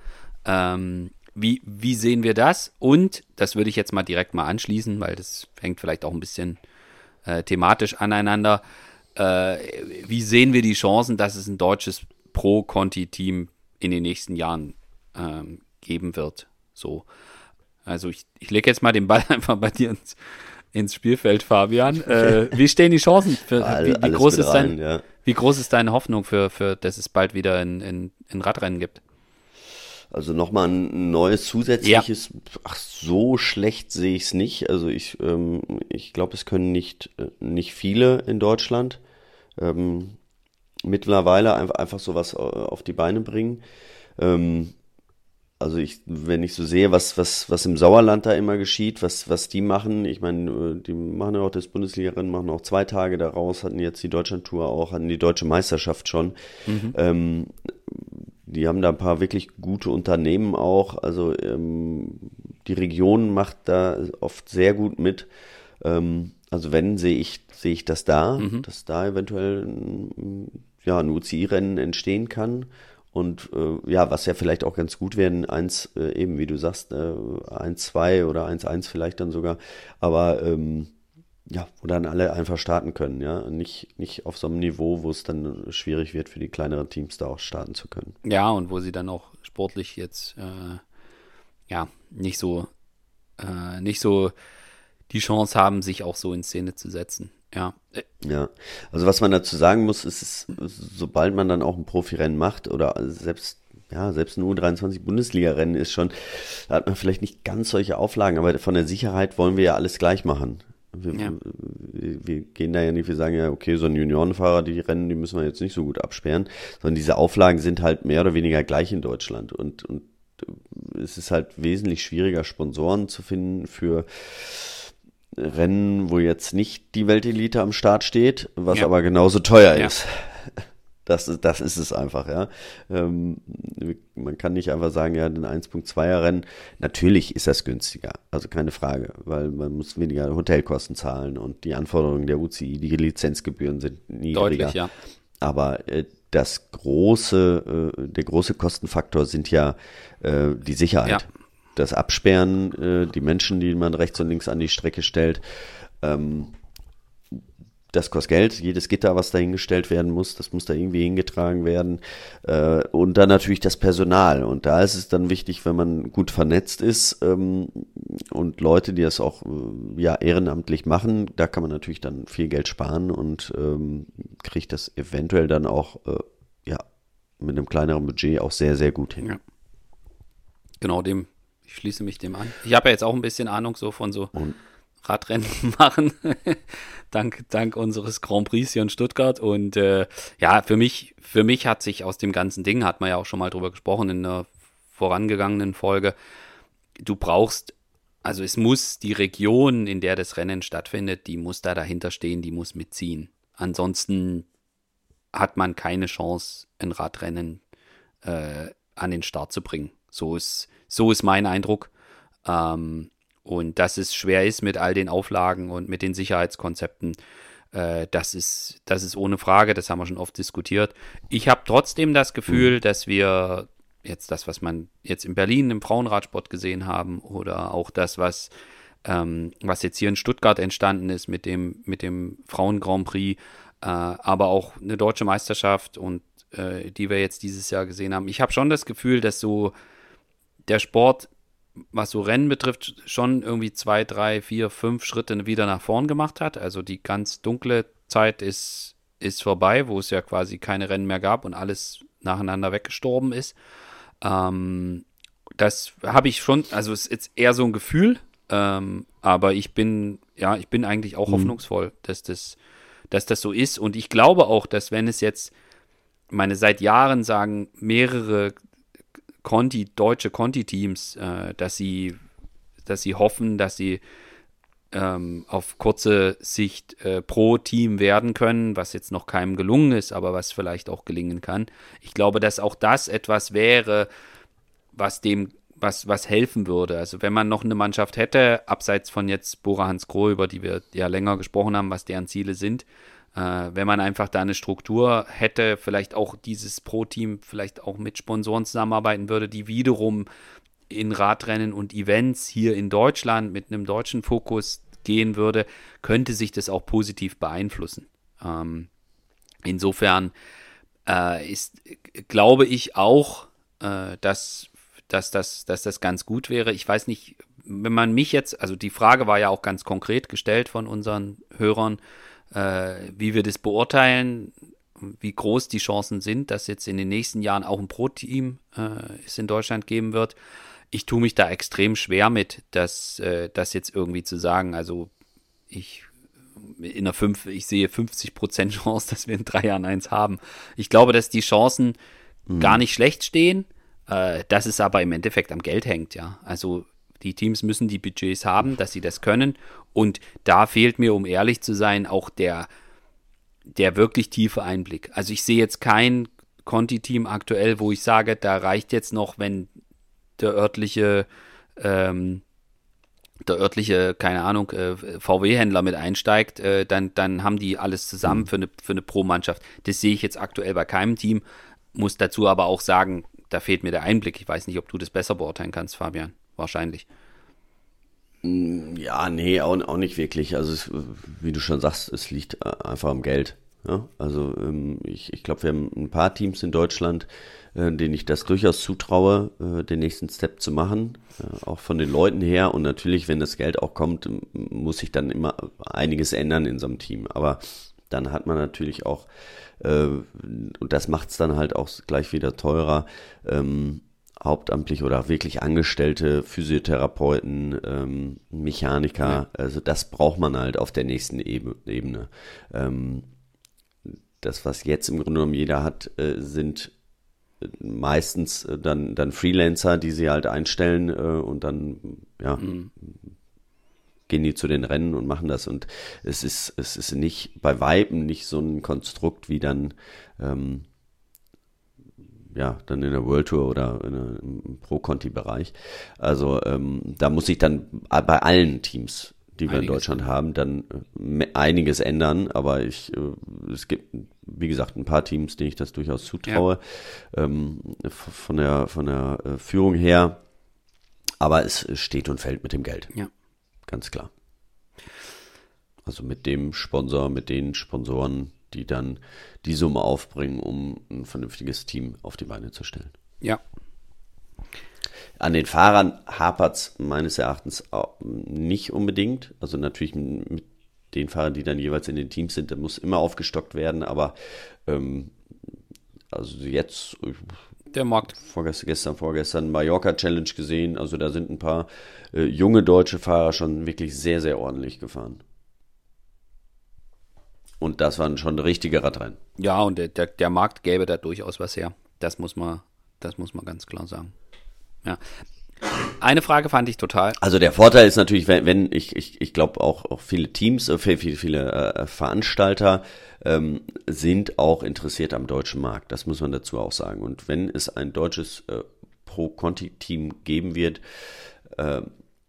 Ähm, wie, wie sehen wir das? Und das würde ich jetzt mal direkt mal anschließen, weil das hängt vielleicht auch ein bisschen äh, thematisch aneinander. Äh, wie sehen wir die Chancen, dass es ein deutsches Pro-Conti-Team in den nächsten Jahren ähm, geben wird? So, also ich, ich lege jetzt mal den Ball einfach bei dir ins, ins Spielfeld, Fabian. Äh, wie stehen die Chancen? Für, wie, wie, groß ist dein, rein, ja. wie groß ist deine Hoffnung, für, für, dass es bald wieder ein, ein, ein Radrennen gibt? Also nochmal ein neues zusätzliches, ja. Ach, so schlecht sehe ich es nicht. Also ich, ähm, ich glaube, es können nicht, nicht viele in Deutschland ähm, mittlerweile einfach, einfach sowas auf die Beine bringen. Ähm, Also ich, wenn ich so sehe, was, was, was im Sauerland da immer geschieht, was, was die machen, ich meine, die machen ja auch das Bundesliga-Rennen, machen auch zwei Tage daraus, hatten jetzt die Deutschlandtour auch, hatten die deutsche Meisterschaft schon. Mhm. Ähm, die haben da ein paar wirklich gute Unternehmen auch, also ähm, die Region macht da oft sehr gut mit. Ähm, also wenn, sehe ich, sehe ich das da, mhm. dass da eventuell ein, ja, ein U C I-Rennen entstehen kann. Und äh, ja, was ja vielleicht auch ganz gut wäre, eins, äh, eben wie du sagst, äh, eins zwei oder eins eins vielleicht dann sogar, aber ähm, ja, wo dann alle einfach starten können, ja, nicht, nicht auf so einem Niveau, wo es dann schwierig wird für die kleineren Teams da auch starten zu können. Ja, und wo sie dann auch sportlich jetzt äh, ja, nicht so, äh, nicht so die Chance haben, sich auch so in Szene zu setzen. Ja. Ja, also was man dazu sagen muss, ist, ist sobald man dann auch ein Profirennen macht oder selbst ja, selbst ein U dreiundzwanzig Bundesliga-Rennen ist schon, da hat man vielleicht nicht ganz solche Auflagen, aber von der Sicherheit wollen wir ja alles gleich machen. Wir, ja. wir, wir gehen da ja nicht, wir sagen ja, okay, so ein Juniorenfahrer, die Rennen, die müssen wir jetzt nicht so gut absperren, sondern diese Auflagen sind halt mehr oder weniger gleich in Deutschland und, und es ist halt wesentlich schwieriger, Sponsoren zu finden für Rennen, wo jetzt nicht die Weltelite am Start steht, was ja. aber genauso teuer ja. ist. Das, das ist es einfach, ja. Ähm, man kann nicht einfach sagen, ja, den eins Komma zweier Rennen, natürlich ist das günstiger, also keine Frage, weil man muss weniger Hotelkosten zahlen und die Anforderungen der U C I, die Lizenzgebühren sind niedriger. Deutlich, ja. Aber äh, das große, äh, der große Kostenfaktor sind ja äh, die Sicherheit. Ja. Das Absperren, äh, die Menschen, die man rechts und links an die Strecke stellt, ähm, das kostet Geld, jedes Gitter, was dahingestellt werden muss, das muss da irgendwie hingetragen werden. Äh, und dann natürlich das Personal. Und da ist es dann wichtig, wenn man gut vernetzt ist ähm, und Leute, die das auch äh, ja, ehrenamtlich machen, da kann man natürlich dann viel Geld sparen und ähm, kriegt das eventuell dann auch äh, ja, mit einem kleineren Budget auch sehr, sehr gut hin. Ja. Genau, dem, ich schließe mich dem an. Ich habe ja jetzt auch ein bisschen Ahnung so von so und Radrennen machen, dank, dank unseres Grand Prix hier in Stuttgart. Und äh, ja, für mich, für mich hat sich aus dem ganzen Ding, hat man ja auch schon mal drüber gesprochen in einer vorangegangenen Folge, du brauchst, also es muss die Region, in der das Rennen stattfindet, die muss da dahinter stehen, die muss mitziehen. Ansonsten hat man keine Chance, ein Radrennen äh, an den Start zu bringen. So ist, so ist mein Eindruck. Ähm, Und dass es schwer ist mit all den Auflagen und mit den Sicherheitskonzepten, äh, das ist, das ist ohne Frage, das haben wir schon oft diskutiert. Ich habe trotzdem das Gefühl, mhm. dass wir jetzt das, was man jetzt in Berlin im Frauenradsport gesehen haben oder auch das, was, ähm, was jetzt hier in Stuttgart entstanden ist mit dem, mit dem Frauen-Grand Prix, äh, aber auch eine deutsche Meisterschaft und äh, die wir jetzt dieses Jahr gesehen haben. Ich habe schon das Gefühl, dass so der Sport, was so Rennen betrifft, schon irgendwie zwei, drei, vier, fünf Schritte wieder nach vorn gemacht hat. Also die ganz dunkle Zeit ist, ist vorbei, wo es ja quasi keine Rennen mehr gab und alles nacheinander weggestorben ist. Ähm, das habe ich schon, also es ist jetzt eher so ein Gefühl, ähm, aber ich bin, ja, ich bin eigentlich auch mhm. hoffnungsvoll, dass das, dass das so ist. Und ich glaube auch, dass wenn es jetzt, meine seit Jahren sagen mehrere Conti, deutsche Conti-Teams, äh, dass sie, dass sie hoffen, dass sie ähm, auf kurze Sicht äh, pro Team werden können, was jetzt noch keinem gelungen ist, aber was vielleicht auch gelingen kann. Ich glaube, dass auch das etwas wäre, was dem, was, was helfen würde. Also wenn man noch eine Mannschaft hätte, abseits von jetzt Bora Hansgrohe, über die wir ja länger gesprochen haben, was deren Ziele sind, Äh, wenn man einfach da eine Struktur hätte, vielleicht auch dieses Pro-Team vielleicht auch mit Sponsoren zusammenarbeiten würde, die wiederum in Radrennen und Events hier in Deutschland mit einem deutschen Fokus gehen würde, könnte sich das auch positiv beeinflussen. Ähm, insofern äh, ist, glaube ich auch, äh, dass, dass, dass, dass das ganz gut wäre. Ich weiß nicht, wenn man mich jetzt, also die Frage war ja auch ganz konkret gestellt von unseren Hörern, Äh, wie wir das beurteilen, wie groß die Chancen sind, dass jetzt in den nächsten Jahren auch ein Pro-Team äh, es in Deutschland geben wird. Ich tue mich da extrem schwer mit, dass äh, das jetzt irgendwie zu sagen. Also ich in der fünf, ich sehe fünfzig Prozent Chance, dass wir in drei Jahren eins haben. Ich glaube, dass die Chancen mhm. gar nicht schlecht stehen, äh, dass es aber im Endeffekt am Geld hängt, ja. Also die Teams müssen die Budgets haben, dass sie das können. Und da fehlt mir, um ehrlich zu sein, auch der, der wirklich tiefe Einblick. Also ich sehe jetzt kein Conti-Team aktuell, wo ich sage, da reicht jetzt noch, wenn der örtliche, ähm, der örtliche, keine Ahnung, äh, V W-Händler mit einsteigt, äh, dann, dann haben die alles zusammen für eine, für eine Pro-Mannschaft. Das sehe ich jetzt aktuell bei keinem Team. Muss dazu aber auch sagen, da fehlt mir der Einblick. Ich weiß nicht, ob du das besser beurteilen kannst, Fabian. Wahrscheinlich. Ja, nee, auch, auch nicht wirklich. Also es, wie du schon sagst, es liegt einfach am Geld. Ja, also ähm, ich, ich glaube, wir haben ein paar Teams in Deutschland, äh, denen ich das durchaus zutraue, äh, den nächsten Step zu machen, äh, auch von den Leuten her. Und natürlich, wenn das Geld auch kommt, m- muss sich dann immer einiges ändern in so einem Team. Aber dann hat man natürlich auch, äh, und das macht es dann halt auch gleich wieder teurer, ähm, hauptamtlich oder wirklich angestellte Physiotherapeuten, ähm, Mechaniker. Ja. Also das braucht man halt auf der nächsten Ebe- Ebene. Ähm, Das, was jetzt im Grunde genommen jeder hat, äh, sind meistens äh, dann, dann Freelancer, die sie halt einstellen äh, und dann, ja, Mhm. gehen die zu den Rennen und machen das. Und es ist, es ist nicht, bei Weitem nicht so ein Konstrukt wie dann, ähm, ja, dann in der World Tour oder in der, im Pro-Conti-Bereich. Also ähm, da muss sich dann bei allen Teams, die wir in Einiges Deutschland ändern. haben, dann äh, einiges ändern. Aber ich, äh, es gibt, wie gesagt, ein paar Teams, denen ich das durchaus zutraue, ähm, f- von der, von der äh, Führung her. Aber es steht und fällt mit dem Geld, Ja. ganz klar. Also mit dem Sponsor, mit den Sponsoren, die dann die Summe aufbringen, um ein vernünftiges Team auf die Beine zu stellen. Ja. An den Fahrern hapert es meines Erachtens auch nicht unbedingt. Also natürlich mit den Fahrern, die dann jeweils in den Teams sind, da muss immer aufgestockt werden. Aber ähm, also jetzt, Der Markt. vorgestern, gestern, vorgestern Mallorca Challenge gesehen. Also da sind ein paar äh, junge deutsche Fahrer schon wirklich sehr, sehr ordentlich gefahren. Und das waren schon richtige Radrennen. Ja, und der, der, der Markt gäbe da durchaus was her. Das muss man, das muss man ganz klar sagen. Ja. Eine Frage fand ich total. Also der Vorteil ist natürlich, wenn, wenn ich, ich, ich glaube auch, auch viele Teams, äh, viele, viele äh, Veranstalter ähm, sind auch interessiert am deutschen Markt. Das muss man dazu auch sagen. Und wenn es ein deutsches äh, Pro-Conti-Team geben wird, äh,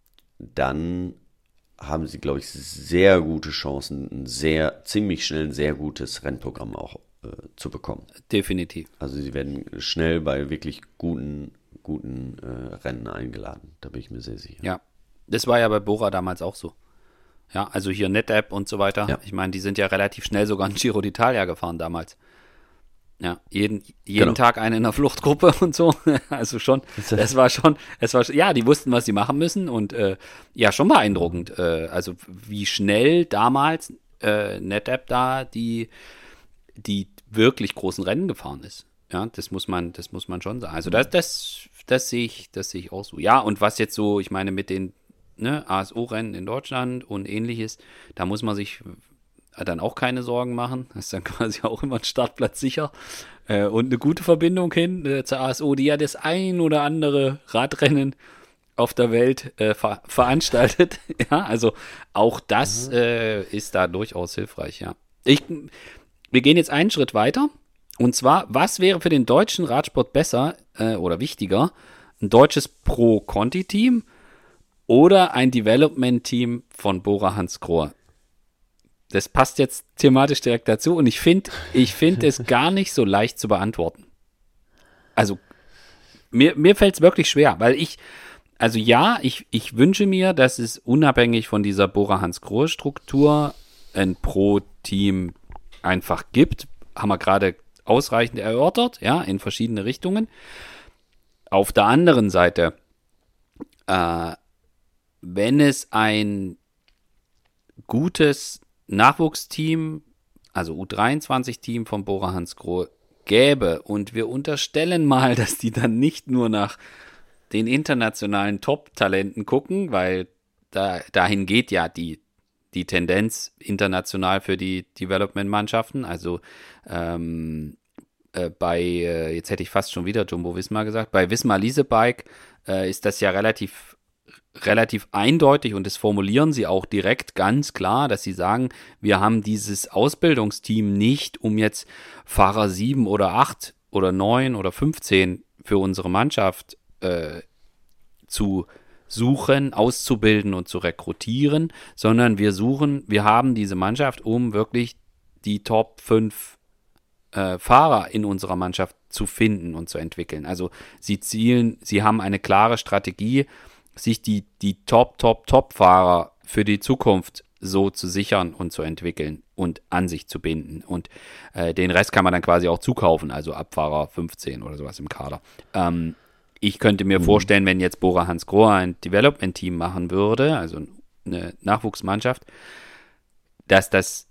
dann haben sie, glaube ich, sehr gute Chancen, ein sehr, ziemlich schnell ein sehr gutes Rennprogramm auch äh, zu bekommen. Definitiv. Also sie werden schnell bei wirklich guten, guten äh, Rennen eingeladen. Da bin ich mir sehr sicher. Ja. Das war ja bei Bora damals auch so. Ja, also hier NetApp und so weiter. Ja. Ich meine, die sind ja relativ schnell sogar in Giro d'Italia gefahren damals. Ja, jeden, jeden Genau. Tag eine in der Fluchtgruppe und so. Also schon, das war schon, es war, ja, die wussten, was sie machen müssen und äh, ja, schon beeindruckend. Äh, also wie schnell damals äh, NetApp da die, die wirklich großen Rennen gefahren ist. Ja, das muss man, das muss man schon sagen. Also das, das, das sehe ich, das sehe ich auch so. Ja, und was jetzt so, ich meine, mit den ne, A S O-Rennen in Deutschland und ähnliches, da muss man sich dann auch keine Sorgen machen. Das ist dann quasi auch immer ein Startplatz sicher. Äh, und eine gute Verbindung hin äh, zur A S O, die ja das ein oder andere Radrennen auf der Welt äh, ver veranstaltet. Ja, also auch das mhm. äh, ist da durchaus hilfreich, ja. Ich, wir gehen jetzt einen Schritt weiter. Und zwar, was wäre für den deutschen Radsport besser äh, oder wichtiger? Ein deutsches Pro-Conti-Team oder ein Development-Team von Bora Hansgrohe? Das passt jetzt thematisch direkt dazu und ich finde ich find es gar nicht so leicht zu beantworten. Also, mir, mir fällt es wirklich schwer, weil ich, also ja, ich, ich wünsche mir, dass es unabhängig von dieser Bora Hansgrohe Struktur ein Pro-Team einfach gibt. Haben wir gerade ausreichend erörtert, ja, in verschiedene Richtungen. Auf der anderen Seite, äh, wenn es ein gutes Nachwuchsteam, also U dreiundzwanzig Team von Bora Hansgrohe gäbe und wir unterstellen mal, dass die dann nicht nur nach den internationalen Top-Talenten gucken, weil da, dahin geht ja die, die Tendenz international für die Development-Mannschaften, also ähm, äh, bei, äh, jetzt hätte ich fast schon wieder Jumbo Visma gesagt, bei Visma Leasebike äh, ist das ja relativ relativ eindeutig und das formulieren sie auch direkt ganz klar, dass sie sagen, wir haben dieses Ausbildungsteam nicht, um jetzt Fahrer sieben oder acht oder neun oder fünfzehn für unsere Mannschaft äh, zu suchen, auszubilden und zu rekrutieren, sondern wir suchen, wir haben diese Mannschaft, um wirklich die Top fünf äh, Fahrer in unserer Mannschaft zu finden und zu entwickeln. Also sie zielen, sie haben eine klare Strategie, sich die, die Top, Top, Top-Fahrer für die Zukunft so zu sichern und zu entwickeln und an sich zu binden. Und äh, den Rest kann man dann quasi auch zukaufen, also Abfahrer fünfzehn oder sowas im Kader. Ähm, ich könnte mir mhm. vorstellen, wenn jetzt Bora Hansgrohe ein Development-Team machen würde, also eine Nachwuchsmannschaft, dass das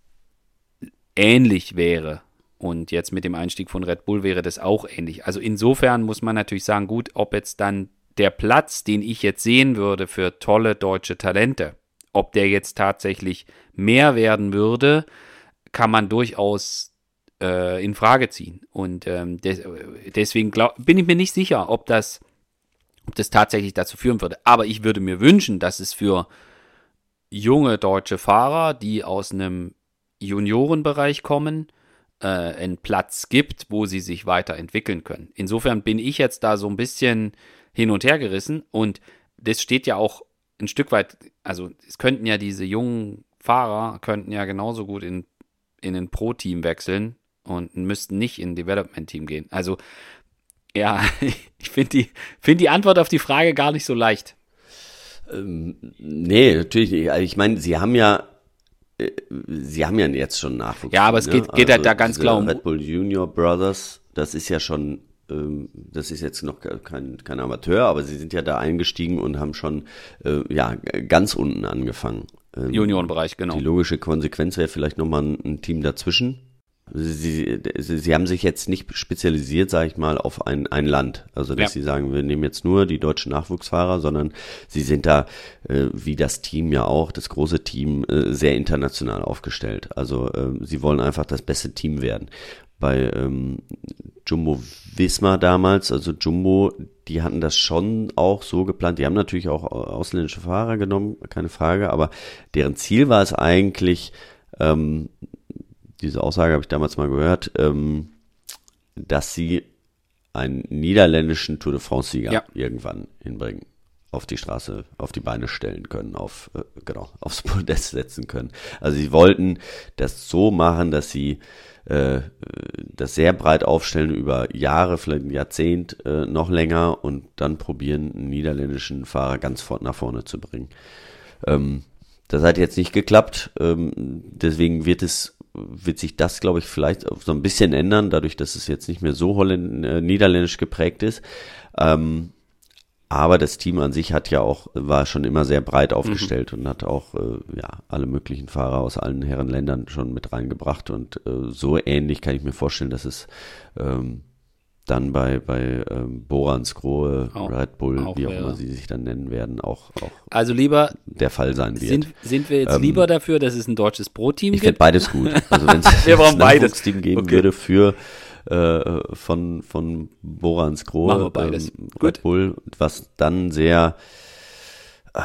ähnlich wäre. Und jetzt mit dem Einstieg von Red Bull wäre das auch ähnlich. Also insofern muss man natürlich sagen, gut, ob jetzt dann der Platz, den ich jetzt sehen würde für tolle deutsche Talente, ob der jetzt tatsächlich mehr werden würde, kann man durchaus äh, in Frage ziehen. Und ähm, des, deswegen glaub, bin ich mir nicht sicher, ob das, ob das tatsächlich dazu führen würde. Aber ich würde mir wünschen, dass es für junge deutsche Fahrer, die aus einem Juniorenbereich kommen, äh, einen Platz gibt, wo sie sich weiterentwickeln können. Insofern bin ich jetzt da so ein bisschen hin und her gerissen. Und das steht ja auch ein Stück weit, also es könnten ja diese jungen Fahrer, könnten ja genauso gut in, in ein Pro-Team wechseln und müssten nicht in ein Development-Team gehen. Also ja, ich finde die, find die Antwort auf die Frage gar nicht so leicht. Ähm, nee, natürlich nicht. Also ich meine, sie haben ja äh, sie haben ja jetzt schon Nachwuchs. Ja, aber es geht, ne? geht also halt da ganz klar um Red Bull Junior Brothers, das ist ja schon das ist jetzt noch kein, kein Amateur, aber sie sind ja da eingestiegen und haben schon äh, ja ganz unten angefangen. Ähm, Juniorenbereich, genau. Die logische Konsequenz wäre vielleicht nochmal ein, ein Team dazwischen. Sie, sie, sie haben sich jetzt nicht spezialisiert, sage ich mal, auf ein, ein Land. Also, dass ja. sie sagen, wir nehmen jetzt nur die deutschen Nachwuchsfahrer, sondern sie sind da, äh, wie das Team ja auch, das große Team, äh, sehr international aufgestellt. Also, äh, sie wollen einfach das beste Team werden. Bei ähm, Jumbo Visma damals, also Jumbo, die hatten das schon auch so geplant. Die haben natürlich auch ausländische Fahrer genommen, keine Frage, aber deren Ziel war es eigentlich, ähm, diese Aussage habe ich damals mal gehört, ähm, dass sie einen niederländischen Tour de France-Sieger ja. irgendwann hinbringen, auf die Straße, auf die Beine stellen können, auf äh, genau, aufs Podest setzen können. Also sie wollten das so machen, dass sie äh, das sehr breit aufstellen über Jahre, vielleicht ein Jahrzehnt, äh, noch länger und dann probieren, einen niederländischen Fahrer ganz fort nach vorne zu bringen. Ähm, das hat jetzt nicht geklappt, ähm, deswegen wird es wird sich das, glaube ich, vielleicht so ein bisschen ändern, dadurch, dass es jetzt nicht mehr so holländ- äh, niederländisch geprägt ist. Ähm, aber das Team an sich hat ja auch, war schon immer sehr breit aufgestellt mhm. und hat auch äh, ja alle möglichen Fahrer aus allen Herrenländern schon mit reingebracht. Und äh, so ähnlich kann ich mir vorstellen, dass es ähm, dann bei bei ähm, Bora Hansgrohe, Red Bull, auch, wie auch ja. immer sie sich dann nennen werden, auch, auch also lieber der Fall sein wird. Sind, sind wir jetzt ähm, lieber dafür, dass es ein deutsches Pro-Team ich gibt? Ich finde beides gut. Also wenn es ein Nachwuchsteam geben okay. würde für äh, von von Bora Hansgrohe, ähm, Red Bull, was dann sehr äh,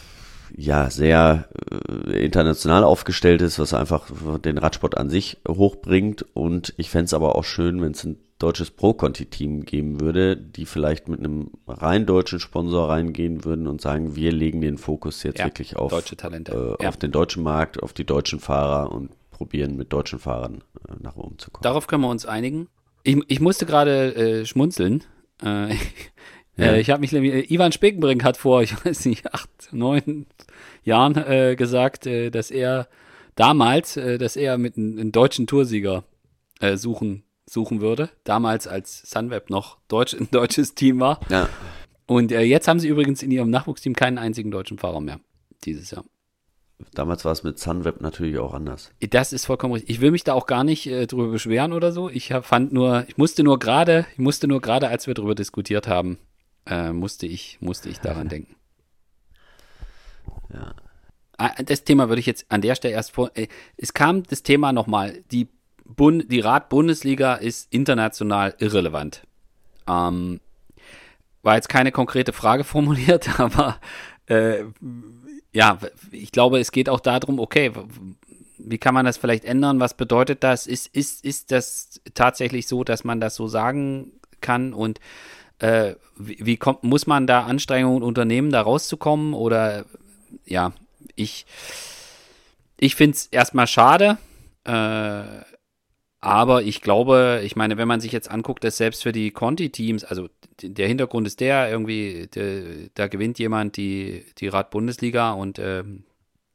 ja, sehr äh, international aufgestellt ist, was einfach den Radsport an sich hochbringt. Und ich fände es aber auch schön, wenn es ein deutsches Pro-Conti-Team geben würde, die vielleicht mit einem rein deutschen Sponsor reingehen würden und sagen, wir legen den Fokus jetzt ja, wirklich auf, deutsche Talente. Äh, ja. auf den deutschen Markt, auf die deutschen Fahrer und probieren mit deutschen Fahrern äh, nach oben zu kommen. Darauf können wir uns einigen. Ich, ich musste gerade äh, schmunzeln. Äh, Ja. Ich habe mich nämlich, Ivan Spekenbrink hat vor, ich weiß nicht, acht, neun Jahren äh, gesagt, äh, dass er damals, äh, dass er mit einem, einem deutschen Toursieger äh, suchen, suchen würde. Damals, als Sunweb noch Deutsch, ein deutsches Team war. Ja. Und äh, jetzt haben sie übrigens in ihrem Nachwuchsteam keinen einzigen deutschen Fahrer mehr dieses Jahr. Damals war es mit Sunweb natürlich auch anders. Das ist vollkommen richtig. Ich will mich da auch gar nicht äh, drüber beschweren oder so. Ich hab, fand nur, ich musste nur gerade, ich musste nur gerade, als wir darüber diskutiert haben, Äh, musste ich, musste ich daran denken. Ja. Das Thema würde ich jetzt an der Stelle erst vor. Äh, es kam das Thema nochmal. Die, Bund, die Rad-Bundesliga ist international irrelevant. Ähm, war jetzt keine konkrete Frage formuliert, aber äh, ja, ich glaube, es geht auch darum, okay, wie kann man das vielleicht ändern? Was bedeutet das? Ist, ist, ist das tatsächlich so, dass man das so sagen kann? Und Äh, wie, wie kommt, muss man da Anstrengungen unternehmen, da rauszukommen? Oder ja, ich, ich finde es erstmal schade, äh, aber ich glaube, ich meine, wenn man sich jetzt anguckt, dass selbst für die Conti-Teams, also der Hintergrund ist der, irgendwie, der, da gewinnt jemand die, die Rad-Bundesliga und äh,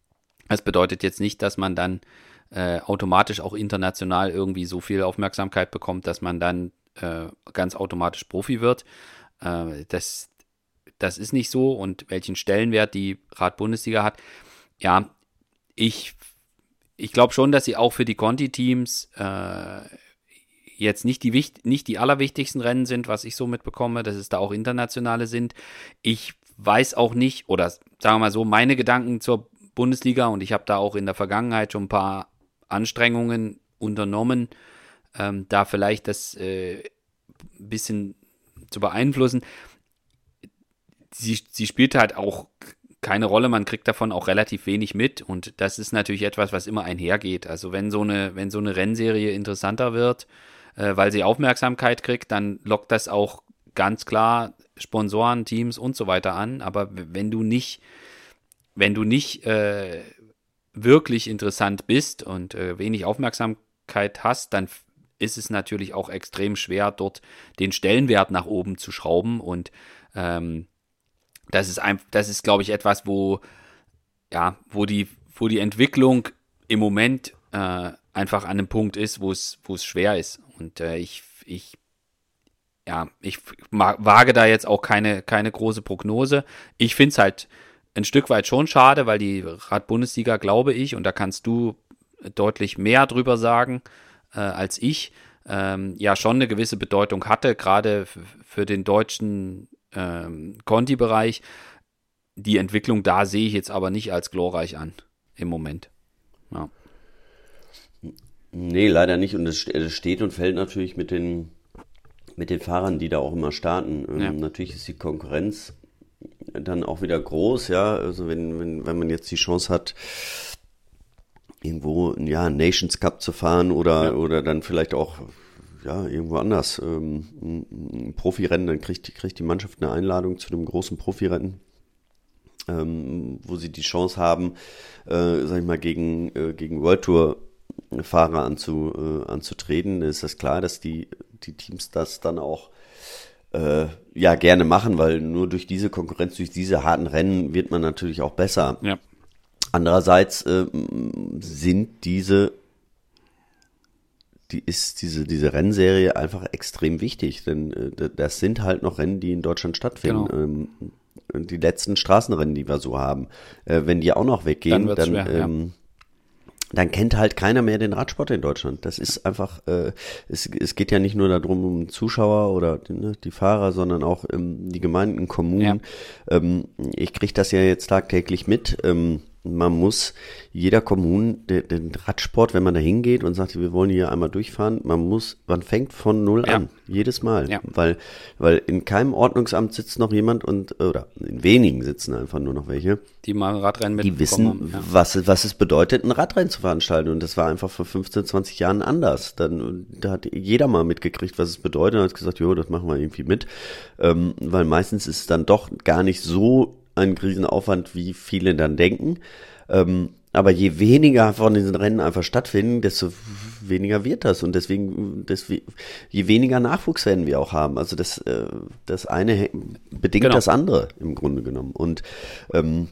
Das bedeutet jetzt nicht, dass man dann äh, automatisch auch international irgendwie so viel Aufmerksamkeit bekommt, dass man dann äh, ganz automatisch Profi wird. Äh, das, das ist nicht so. Und welchen Stellenwert die Rad-Bundesliga hat, ja, ich, ich glaube schon, dass sie auch für die Conti-Teams äh, jetzt nicht die, nicht die allerwichtigsten Rennen sind, was ich so mitbekomme, dass es da auch internationale sind. Ich weiß auch nicht, oder sagen wir mal so, meine Gedanken zur Bundesliga, und ich habe da auch in der Vergangenheit schon ein paar Anstrengungen unternommen, ähm, da vielleicht das äh, ein bisschen zu beeinflussen. Sie, sie spielt halt auch keine Rolle, man kriegt davon auch relativ wenig mit, und das ist natürlich etwas, was immer einhergeht. Also wenn so eine, wenn so eine Rennserie interessanter wird, äh, weil sie Aufmerksamkeit kriegt, dann lockt das auch ganz klar Sponsoren, Teams und so weiter an, aber wenn du nicht wenn du nicht äh, wirklich interessant bist und äh, wenig Aufmerksamkeit hast, dann ist es natürlich auch extrem schwer, dort den Stellenwert nach oben zu schrauben, und ähm, das ist ein, das ist, glaube ich, etwas, wo ja, wo die, wo die Entwicklung im Moment äh, einfach an einem Punkt ist, wo es, wo es schwer ist, und äh, ich, ich ja, ich wage da jetzt auch keine, keine große Prognose. Ich finde es halt ein Stück weit schon schade, weil die Rad-Bundesliga, glaube ich, und da kannst du deutlich mehr drüber sagen äh, als ich, ähm, ja schon eine gewisse Bedeutung hatte, gerade f- für den deutschen ähm, Conti-Bereich. Die Entwicklung da sehe ich jetzt aber nicht als glorreich an im Moment. Ja. Nee, leider nicht. Und es steht und fällt natürlich mit den, mit den Fahrern, die da auch immer starten. Ähm, Ja. Natürlich ist die Konkurrenz dann auch wieder groß, ja. Also wenn, wenn, wenn man jetzt die Chance hat, irgendwo ja, einen Nations Cup zu fahren oder, Ja. oder dann vielleicht auch ja, irgendwo anders ähm, ein, ein Profirennen, dann kriegt, die- kriegt die Mannschaft eine Einladung zu einem großen Profirennen, ähm, wo sie die Chance haben, äh, sag ich mal, gegen, äh, gegen World Tour Fahrer anzu, äh, anzutreten. Ist das klar, dass die, die Teams das dann auch äh, ja gerne machen, weil nur durch diese Konkurrenz, durch diese harten Rennen wird man natürlich auch besser. Ja. Andererseits äh, sind diese die ist diese diese Rennserie einfach extrem wichtig, denn äh, das sind halt noch Rennen, die in Deutschland stattfinden. Genau. Ähm, die letzten Straßenrennen, die wir so haben, äh, wenn die auch noch weggehen, Dann dann wird's schwer, ja. ähm, dann kennt halt keiner mehr den Radsport in Deutschland. Das ist einfach, äh, es, es geht ja nicht nur darum, um Zuschauer oder ne, die Fahrer, sondern auch ähm, die Gemeinden, Kommunen. Ähm, ich kriege das ja jetzt tagtäglich mit. Ähm, man muss jeder Kommune den, den Radsport, wenn man da hingeht und sagt, wir wollen hier einmal durchfahren, man muss, man fängt von null Ja. an, jedes Mal. Ja. Weil, weil in keinem Ordnungsamt sitzt noch jemand und, oder in wenigen sitzen einfach nur noch welche, Die mal ein Radrennen die mitbekommen wissen, haben. Ja. was, es- was es bedeutet, ein Radrennen zu veranstalten. Und das war einfach vor fünfzehn, zwanzig Jahren anders. Dann, da hat jeder mal mitgekriegt, was es bedeutet, und hat gesagt, jo, das machen wir irgendwie mit. Ähm, weil meistens ist es dann doch gar nicht so ein Riesenaufwand, wie viele dann denken. Ähm, aber je weniger von diesen Rennen einfach stattfinden, desto weniger wird das. Und deswegen, deswegen je weniger Nachwuchs werden wir auch haben. Also das, äh, das eine hä- bedingt Genau. das andere im Grunde genommen. Und ähm,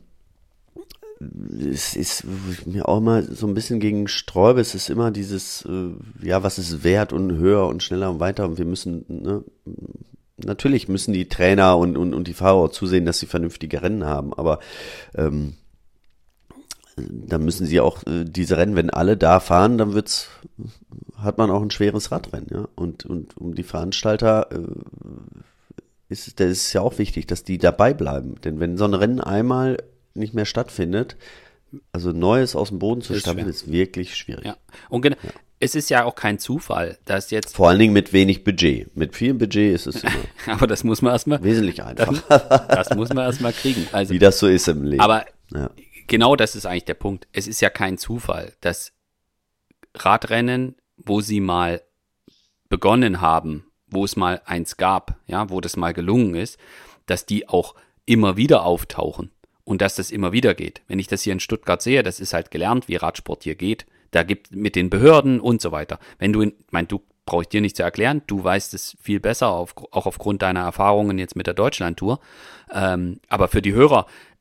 es ist mir auch immer so ein bisschen gegen Sträube. Es ist immer dieses, äh, ja, was ist wert und höher und schneller und weiter. Und wir müssen, ne, natürlich müssen die Trainer und, und, und die Fahrer auch zusehen, dass sie vernünftige Rennen haben. Aber ähm, dann müssen sie auch äh, diese Rennen, wenn alle da fahren, dann wird's, hat man auch ein schweres Radrennen, ja. Und, und um die Veranstalter äh, ist, das ist ja auch wichtig, dass die dabei bleiben. Denn wenn so ein Rennen einmal nicht mehr stattfindet, also Neues aus dem Boden zu Ist stampfen, schwer. ist wirklich schwierig. Ja. Und genau, es ist ja auch kein Zufall, dass jetzt, Vor allen Dingen mit wenig Budget. Mit viel Budget ist es immer aber das muss man erstmal, wesentlich einfacher, das muss man erstmal kriegen. Also, wie das so ist im Leben. aber ja. genau das ist eigentlich der Punkt. Es ist ja kein Zufall, dass Radrennen, wo sie mal begonnen haben, wo es mal eins gab, ja, wo das mal gelungen ist, dass die auch immer wieder auftauchen und dass das immer wieder geht. Wenn ich das hier in Stuttgart sehe, das ist halt gelernt, wie Radsport hier geht. Da gibt mit den Behörden und so weiter. Wenn du, in, ich meine, du brauche ich dir nicht zu erklären, du weißt es viel besser, auf, auch aufgrund deiner Erfahrungen jetzt mit der Deutschlandtour. Ähm, aber für die Hörer,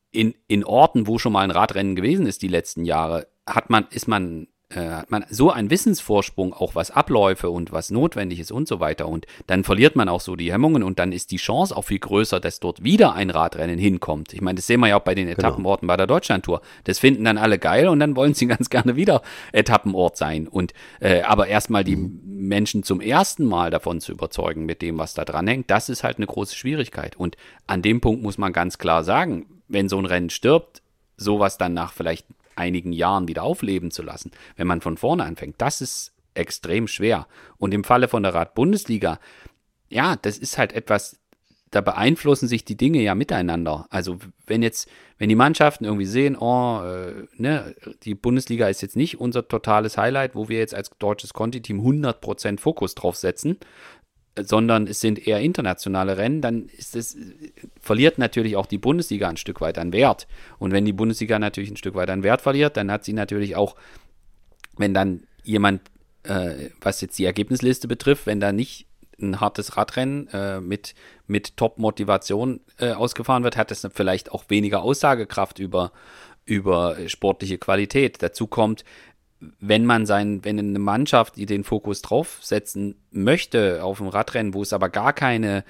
in, in Orten, wo schon mal ein Radrennen gewesen ist die letzten Jahre, hat man, ist man, äh, hat man so einen Wissensvorsprung, auch was Abläufe und was notwendig ist und so weiter. Und dann verliert man auch so die Hemmungen und dann ist die Chance auch viel größer, dass dort wieder ein Radrennen hinkommt. Ich meine, das sehen wir ja auch bei den Etappenorten genau. bei der Deutschlandtour. Das finden dann alle geil und dann wollen sie ganz gerne wieder Etappenort sein. Und äh, aber erstmal die mhm. Menschen zum ersten Mal davon zu überzeugen mit dem, was da dran hängt, das ist halt eine große Schwierigkeit. Und an dem Punkt muss man ganz klar sagen, wenn so ein Rennen stirbt, sowas dann nach vielleicht einigen Jahren wieder aufleben zu lassen, wenn man von vorne anfängt, das ist extrem schwer. Und im Falle von der Rad-Bundesliga, ja, das ist halt etwas, da beeinflussen sich die Dinge ja miteinander. Also wenn jetzt, wenn die Mannschaften irgendwie sehen, oh, äh, ne, die Bundesliga ist jetzt nicht unser totales Highlight, wo wir jetzt als deutsches Conti-Team hundert Prozent Fokus drauf setzen, sondern es sind eher internationale Rennen, dann ist es, verliert natürlich auch die Bundesliga ein Stück weit an Wert. Und wenn die Bundesliga natürlich ein Stück weit an Wert verliert, dann hat sie natürlich auch, wenn dann jemand, äh, was jetzt die Ergebnisliste betrifft, wenn da nicht ein hartes Radrennen äh, mit, mit Top-Motivation äh, ausgefahren wird, hat das vielleicht auch weniger Aussagekraft über, über sportliche Qualität. Dazu kommt, wenn man sein, wenn eine Mannschaft die den Fokus draufsetzen möchte auf ein Radrennen, wo es aber gar keine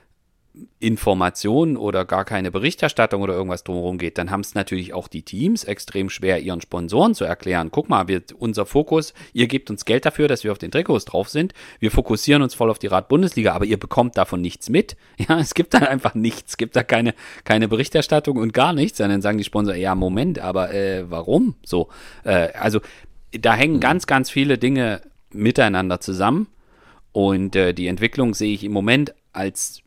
Informationen oder gar keine Berichterstattung oder irgendwas drumherum geht, dann haben es natürlich auch die Teams extrem schwer, ihren Sponsoren zu erklären. Guck mal, wir, unser Fokus, ihr gebt uns Geld dafür, dass wir auf den Trikots drauf sind. Wir fokussieren uns voll auf die Rad-Bundesliga, aber ihr bekommt davon nichts mit. Ja, es gibt dann einfach nichts. Es gibt da keine, keine Berichterstattung und gar nichts. Und dann sagen die Sponsoren, ja, Moment, aber äh, warum? So, äh, also da hängen ganz, ganz viele Dinge miteinander zusammen und äh, die Entwicklung sehe ich im Moment als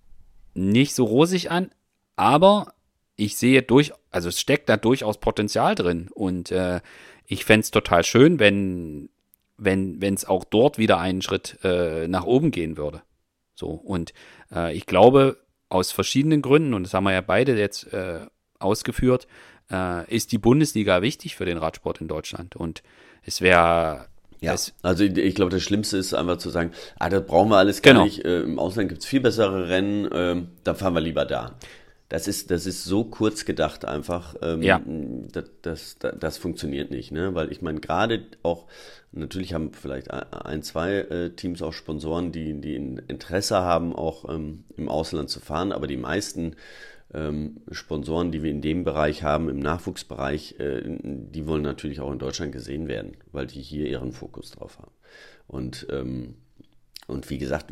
nicht so rosig an, aber ich sehe durch, also es steckt da durchaus Potenzial drin und äh, ich fände es total schön, wenn wenn wenn es auch dort wieder einen Schritt äh, nach oben gehen würde. So und äh, ich glaube aus verschiedenen Gründen, und das haben wir ja beide jetzt äh, ausgeführt, äh, ist die Bundesliga wichtig für den Radsport in Deutschland und es wäre ja, also ich glaube, das Schlimmste ist einfach zu sagen, ah, das brauchen wir alles gar genau. nicht, äh, im Ausland gibt es viel bessere Rennen, äh, dann fahren wir lieber da. Das ist, das ist so kurz gedacht einfach, ähm, ja. das, das, das, das funktioniert nicht, ne? Weil ich meine, gerade auch, natürlich haben vielleicht ein, zwei äh, Teams auch Sponsoren, die, die ein Interesse haben, auch ähm, im Ausland zu fahren, aber die meisten ähm, Sponsoren, die wir in dem Bereich haben, im Nachwuchsbereich, äh, die wollen natürlich auch in Deutschland gesehen werden, weil die hier ihren Fokus drauf haben. Und ähm, Und wie gesagt,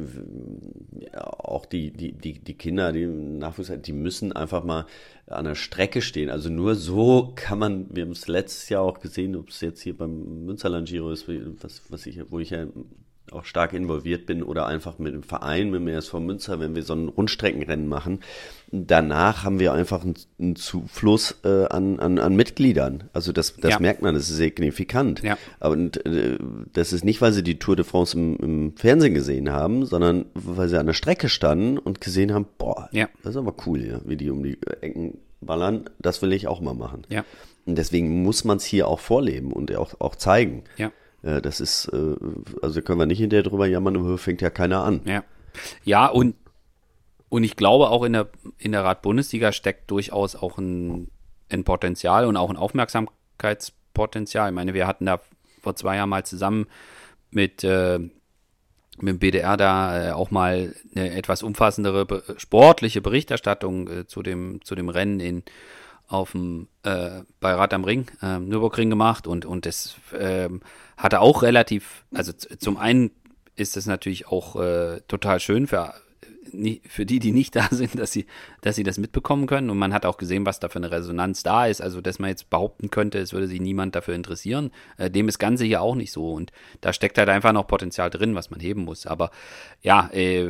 auch die, die, die, die Kinder, die Nachwuchs, die müssen einfach mal an der Strecke stehen. Also nur so kann man, wir haben es letztes Jahr auch gesehen, ob es jetzt hier beim Münsterland Giro ist, was, was ich, wo ich ja auch stark involviert bin, oder einfach mit dem Verein, mit dem E S V Münster, wenn wir so ein Rundstreckenrennen machen. Danach haben wir einfach einen, einen Zufluss äh, an, an, an Mitgliedern. Also das, das ja. merkt man, das ist signifikant. Ja. Und äh, das ist nicht, weil sie die Tour de France im, im Fernsehen gesehen haben, sondern weil sie an der Strecke standen und gesehen haben, boah, ja. das ist aber cool, ja, wie die um die Ecken ballern. Das will ich auch mal machen. Ja. Und deswegen muss man es hier auch vorleben und auch, auch zeigen. Ja. Das ist, also können wir nicht hinterher drüber jammern, fängt ja keiner an. Ja, ja und, und ich glaube auch in der, in der Rad-Bundesliga steckt durchaus auch ein, ein Potenzial und auch ein Aufmerksamkeitspotenzial. Ich meine, wir hatten da vor zwei Jahren mal zusammen mit, äh, mit dem B D R da äh, auch mal eine etwas umfassendere be- sportliche Berichterstattung äh, zu dem, zu dem Rennen in auf dem äh, bei Rad am Ring, äh, Nürburgring gemacht und, und das äh, hatte auch relativ, also z- zum einen ist es natürlich auch äh, total schön für, nie, für die, die nicht da sind, dass sie, dass sie das mitbekommen können und man hat auch gesehen, was da für eine Resonanz da ist, also dass man jetzt behaupten könnte, es würde sich niemand dafür interessieren, äh, dem ist Ganze hier auch nicht so und da steckt halt einfach noch Potenzial drin, was man heben muss, aber ja, äh,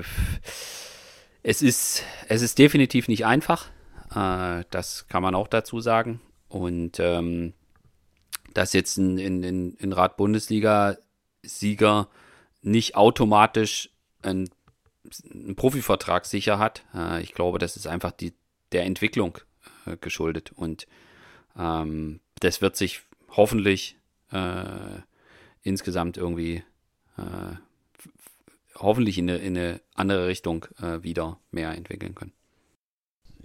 es ist, es ist definitiv nicht einfach. Das kann man auch dazu sagen. Und ähm, dass jetzt ein, in, in, in Rad-Bundesliga-Sieger nicht automatisch einen, einen Profivertrag sicher hat, äh, ich glaube, das ist einfach die, der Entwicklung äh, geschuldet. Und ähm, das wird sich hoffentlich äh, insgesamt irgendwie äh, f- hoffentlich in eine, in eine andere Richtung äh, wieder mehr entwickeln können.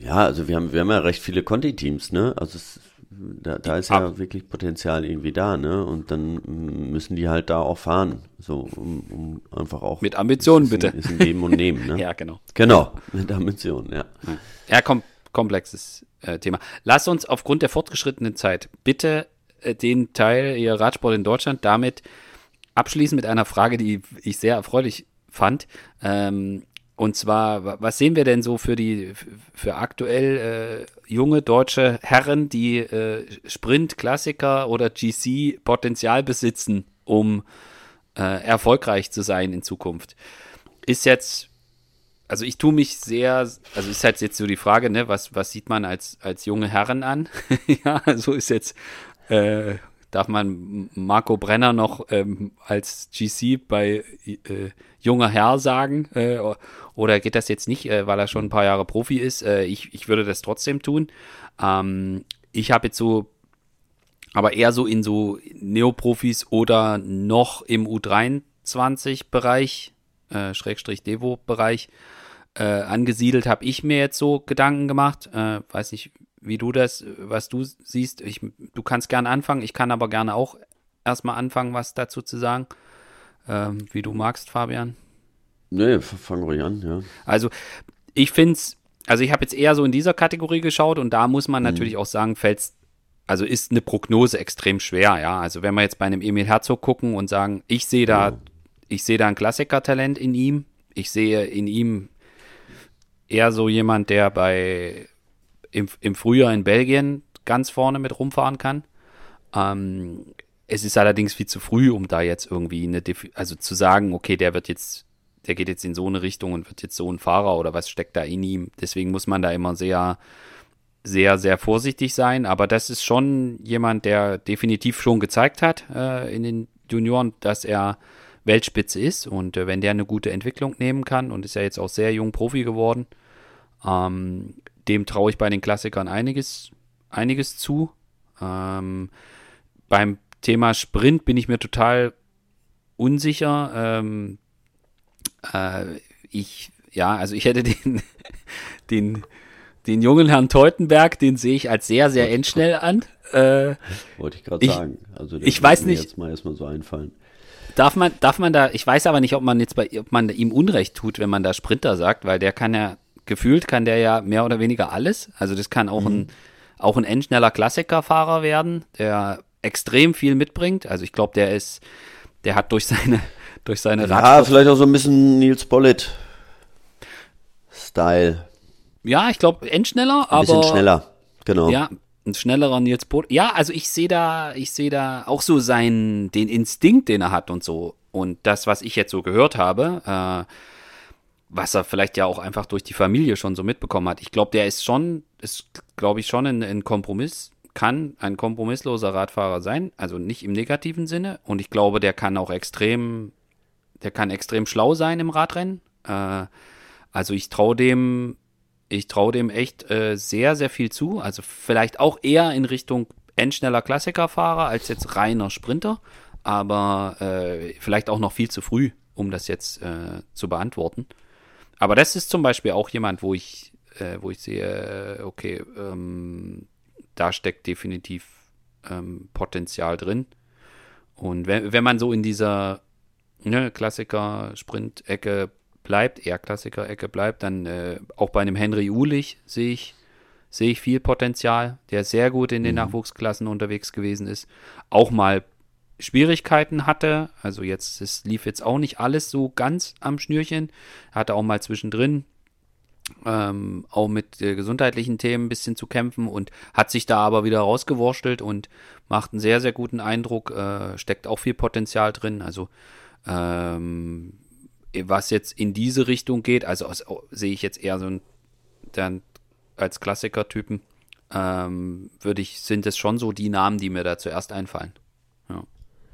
Ja, also wir haben, wir haben ja recht viele Conti-Teams, ne? Also es, da, da ist ja Ab- wirklich Potenzial irgendwie da, ne? Und dann mm, müssen die halt da auch fahren. So, um, um einfach auch. Mit Ambitionen, ist, ist bitte. Ein, ist ein Geben und Nehmen, ne? Ja, genau. Genau, mit Ambitionen, ja. Ja, kom komplexes äh, Thema. Lass uns aufgrund der fortgeschrittenen Zeit bitte äh, den Teil Ihr Radsport in Deutschland damit abschließen mit einer Frage, die ich sehr erfreulich fand. Ähm, und zwar, wa- was sehen wir denn so für die für aktuell äh, junge deutsche Herren, die äh, Sprint, Klassiker oder G C Potenzial besitzen, um äh, erfolgreich zu sein in Zukunft? Ist jetzt Also ich tue mich sehr, also ist halt jetzt so die Frage, ne, was, was sieht man als, als junge Herren an? Ja, so ist jetzt, äh, darf man Marco Brenner noch ähm, als G C bei äh, junger Herr sagen? Äh, oder geht das jetzt nicht, äh, weil er schon ein paar Jahre Profi ist? Äh, ich, ich würde das trotzdem tun. Ähm, ich habe jetzt so, aber eher so in so Neoprofis oder noch im U dreiundzwanzig-Bereich, äh, Schrägstrich Devo-Bereich, äh, angesiedelt, habe ich mir jetzt so Gedanken gemacht. Äh, weiß nicht, wie du das, was du siehst. Ich, du kannst gerne anfangen, ich kann aber gerne auch erstmal anfangen, was dazu zu sagen. Ähm, wie du magst, Fabian. Nee, f- fang ruhig an, ja. Also, ich finde es, also ich habe jetzt eher so in dieser Kategorie geschaut und da muss man natürlich auch sagen, fällt's, also ist eine Prognose extrem schwer, ja. Also wenn wir jetzt bei einem Emil Herzog gucken und sagen, ich sehe da, Ja. ich sehe da ein Klassikertalent in ihm, ich sehe in ihm eher so jemand, der bei im, im Frühjahr in Belgien ganz vorne mit rumfahren kann. Ähm, es ist allerdings viel zu früh, um da jetzt irgendwie eine, Defi- also zu sagen, okay, der wird jetzt, der geht jetzt in so eine Richtung und wird jetzt so ein Fahrer oder was steckt da in ihm. Deswegen muss man da immer sehr, sehr, sehr vorsichtig sein. Aber das ist schon jemand, der definitiv schon gezeigt hat äh, in den Junioren, dass er Weltspitze ist. Und äh, wenn der eine gute Entwicklung nehmen kann und ist ja jetzt auch sehr jung Profi geworden, ähm, dem traue ich bei den Klassikern einiges, einiges zu. Ähm, beim Thema Sprint bin ich mir total unsicher. Ähm, äh, ich, ja, also ich hätte den, den, den jungen Herrn Teutenberg, den sehe ich als sehr, sehr endschnell an. Äh, Wollte ich gerade Ich- sagen. Also der ich würde weiß mir nicht- jetzt mal erstmal so einfallen. darf man, darf man da, ich weiß aber nicht, ob man jetzt bei, ob man ihm Unrecht tut, wenn man da Sprinter sagt, weil der kann ja, gefühlt kann der ja mehr oder weniger alles. Also das kann auch ein, auch ein endschneller Klassikerfahrer werden, der extrem viel mitbringt. Also ich glaube, der ist, der hat durch seine, durch seine Ja, Radsport, vielleicht auch so ein bisschen Nils Bollitt Style. ja, ich glaube endschneller, Ein bisschen aber schneller. Genau. ja, ein schnellerer Nils Boot. Ja, also ich sehe da, ich sehe da auch so seinen, den Instinkt, den er hat und so. Und das, was ich jetzt so gehört habe, äh, was er vielleicht ja auch einfach durch die Familie schon so mitbekommen hat. Ich glaube, der ist schon, ist, glaube ich, schon ein, ein Kompromiss, kann ein kompromissloser Radfahrer sein, also nicht im negativen Sinne. Und ich glaube, der kann auch extrem, der kann extrem schlau sein im Radrennen. Äh, also ich traue dem, ich traue dem echt äh, sehr, sehr viel zu. Also vielleicht auch eher in Richtung endschneller Klassikerfahrer als jetzt reiner Sprinter, aber äh, vielleicht auch noch viel zu früh, um das jetzt äh, zu beantworten. Aber das ist zum Beispiel auch jemand, wo ich, äh, wo ich sehe, äh, okay, ähm, da steckt definitiv ähm, Potenzial drin. Und wenn, wenn man so in dieser ne, Klassiker-Sprint-Ecke bleibt, eher Klassiker-Ecke bleibt, dann äh, auch bei einem Henry Uhlich sehe ich, sehe ich viel Potenzial, der sehr gut in den Nachwuchsklassen unterwegs gewesen ist, auch mal Schwierigkeiten hatte, also jetzt, es lief jetzt auch nicht alles so ganz am Schnürchen, hatte auch mal zwischendrin ähm, auch mit äh, gesundheitlichen Themen ein bisschen zu kämpfen und hat sich da aber wieder rausgewurschtelt und macht einen sehr, sehr guten Eindruck, äh, steckt auch viel Potenzial drin, also ähm, was jetzt in diese Richtung geht, also aus, sehe ich jetzt eher so ein, dann als Klassiker-Typen, ähm, würde ich, sind es schon so die Namen, die mir da zuerst einfallen. Ja.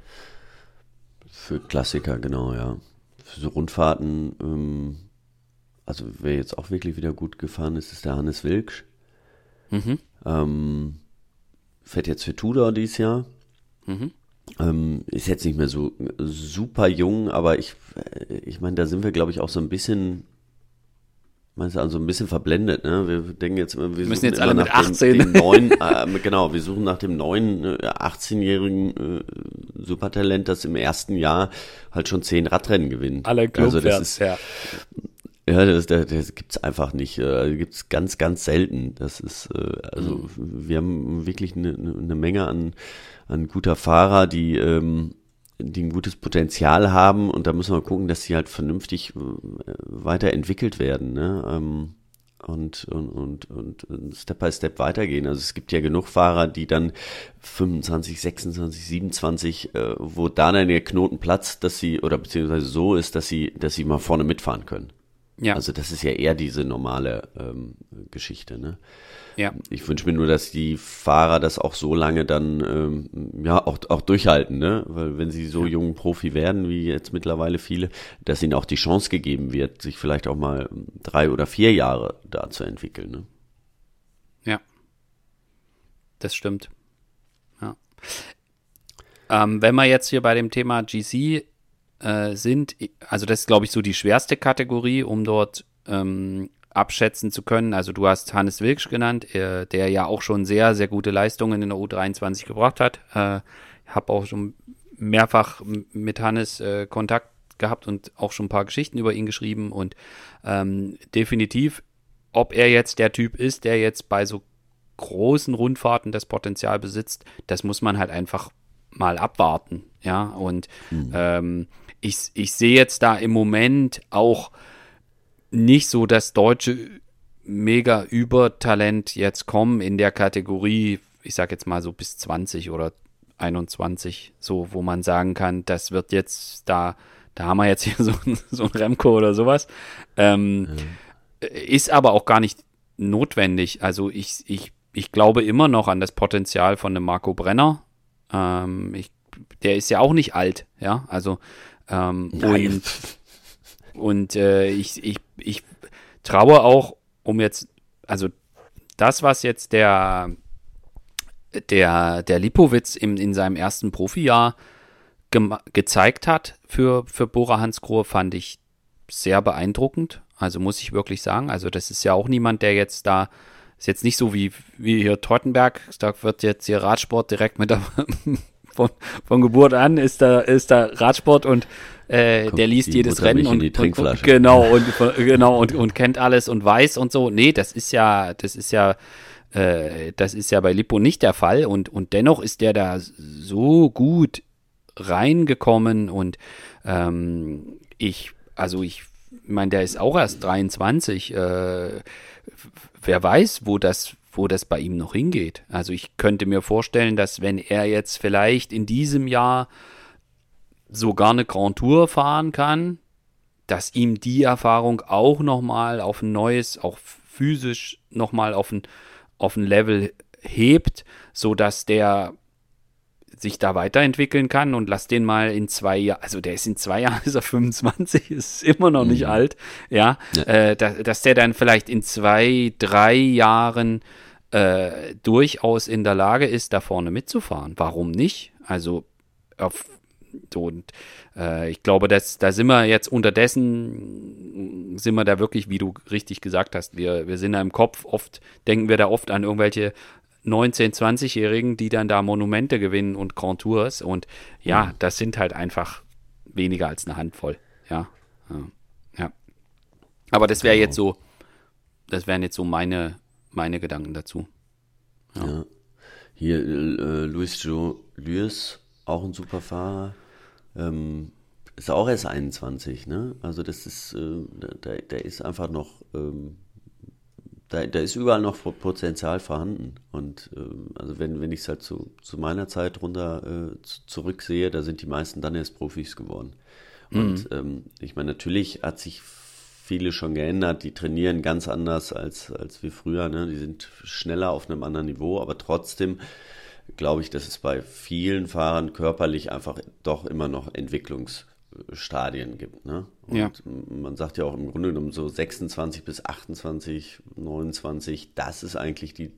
Für Klassiker, genau, ja. Für so Rundfahrten, ähm, also wer jetzt auch wirklich wieder gut gefahren ist, ist der Hannes Wilksch. Mhm. Ähm, fährt jetzt für Tudor dieses Jahr. Mhm. Ähm, ist jetzt nicht mehr so super jung, aber ich, ich meine, da sind wir, glaube ich, auch so ein bisschen meinst du, also ein bisschen verblendet, ne? Wir denken jetzt immer, wir, wir müssen suchen jetzt immer alle mit nach achtzehn. dem, dem neuen, äh, genau, wir suchen nach dem neuen äh, achtzehn-jährigen äh, Supertalent, das im ersten Jahr halt schon zehn Radrennen gewinnt. Alle Clubfans, also das ist, ja. Ja, das, das, das gibt's einfach nicht. Äh, gibt's ganz, ganz selten. Das ist, äh, also mhm. wir haben wirklich eine, eine Menge an, an guter Fahrer, die, ähm, die ein gutes Potenzial haben, und da müssen wir gucken, dass sie halt vernünftig äh, weiterentwickelt werden, ne? Ähm, und, und, und, und Step by Step weitergehen. Also es gibt ja genug Fahrer, die dann fünfundzwanzig, sechsundzwanzig, siebenundzwanzig, äh, wo da dann der Knoten platzt, dass sie, oder beziehungsweise so ist, dass sie, dass sie mal vorne mitfahren können. Ja. Also das ist ja eher diese normale ähm, Geschichte, ne? Ja. Ich wünsche mir nur, dass die Fahrer das auch so lange dann ähm, ja auch auch durchhalten, ne? Weil wenn sie so ja. jung Profi werden, wie jetzt mittlerweile viele, dass ihnen auch die Chance gegeben wird, sich vielleicht auch mal drei oder vier Jahre da zu entwickeln, ne? Ja, das stimmt. Ja. Ähm, wenn wir jetzt hier bei dem Thema G C äh, sind, also das ist, glaube ich, so die schwerste Kategorie, um dort ähm, abschätzen zu können. Also du hast Hannes Wilksch genannt, äh, der ja auch schon sehr, sehr gute Leistungen in der U dreiundzwanzig gebracht hat. Äh, habe auch schon mehrfach mit Hannes äh, Kontakt gehabt und auch schon ein paar Geschichten über ihn geschrieben, und ähm, definitiv, ob er jetzt der Typ ist, der jetzt bei so großen Rundfahrten das Potenzial besitzt, das muss man halt einfach mal abwarten, ja, und mhm. ähm, ich, ich sehe jetzt da im Moment auch nicht so das deutsche Mega-Übertalent jetzt kommen in der Kategorie, ich sag jetzt mal so bis zwanzig oder einundzwanzig, so, wo man sagen kann, das wird jetzt da, da haben wir jetzt hier so, so ein Remco oder sowas, ähm, mhm. ist aber auch gar nicht notwendig. Also ich, ich, ich glaube immer noch an das Potenzial von einem Marco Brenner. Ähm, ich, der ist ja auch nicht alt, ja, also ähm, und, und äh, ich, ich, ich traue auch, um jetzt, also das, was jetzt der der, der Lipowitz im, in seinem ersten Profijahr ge- gezeigt hat für, für Bora Hansgrohe, fand ich sehr beeindruckend, also muss ich wirklich sagen, also das ist ja auch niemand, der jetzt da, ist jetzt nicht so wie, wie hier Teutenberg, da wird jetzt hier Radsport direkt mit der Von, von Geburt an ist da, ist da Radsport, und äh, der liest jedes Mutter Rennen und, und, und genau und genau und, und kennt alles und weiß und so. Nee, das ist ja, das ist ja, äh, das ist ja bei Lippo nicht der Fall, und, und dennoch ist der da so gut reingekommen, und ähm, ich, also ich meine, der ist auch erst dreiundzwanzig, äh, wer weiß, wo das wo das bei ihm noch hingeht. Also ich könnte mir vorstellen, dass wenn er jetzt vielleicht in diesem Jahr sogar eine Grand Tour fahren kann, dass ihm die Erfahrung auch nochmal auf ein neues, auch physisch nochmal auf ein, auf ein Level hebt, sodass der sich da weiterentwickeln kann, und lass den mal in zwei Jahren, also der ist in zwei Jahren, ist er fünfundzwanzig, ist immer noch nicht mhm. alt, ja, ja. Äh, da, dass der dann vielleicht in zwei, drei Jahren äh, durchaus in der Lage ist, da vorne mitzufahren. Warum nicht? Also auf, und äh, ich glaube, dass, da sind wir jetzt unterdessen, sind wir da wirklich, wie du richtig gesagt hast, wir, wir sind da im Kopf, oft denken wir da oft an irgendwelche neunzehn-, zwanzigjährigen, die dann da Monumente gewinnen und Grand Tours, und ja, mhm. das sind halt einfach weniger als eine Handvoll, ja, ja. Aber das wäre jetzt so, das wären jetzt so meine, meine Gedanken dazu. Ja. ja. Hier äh, Luis Joe Lewis, auch ein super Fahrer, ähm, ist auch erst einundzwanzig, ne? Also das ist, äh, der, der ist einfach noch ähm, Da, da ist überall noch Potenzial vorhanden. Und ähm, also wenn, wenn ich es halt zu, zu meiner Zeit runter äh, zu, zurücksehe, da sind die meisten dann erst Profis geworden. Mhm. Und ähm, ich meine, natürlich hat sich viele schon geändert, die trainieren ganz anders als, als wir früher, ne? Die sind schneller auf einem anderen Niveau, aber trotzdem glaube ich, dass es bei vielen Fahrern körperlich einfach doch immer noch Entwicklungsstadien gibt, ne? Und ja. man sagt ja auch im Grunde genommen so sechsundzwanzig bis achtundzwanzig, neunundzwanzig, das ist eigentlich die,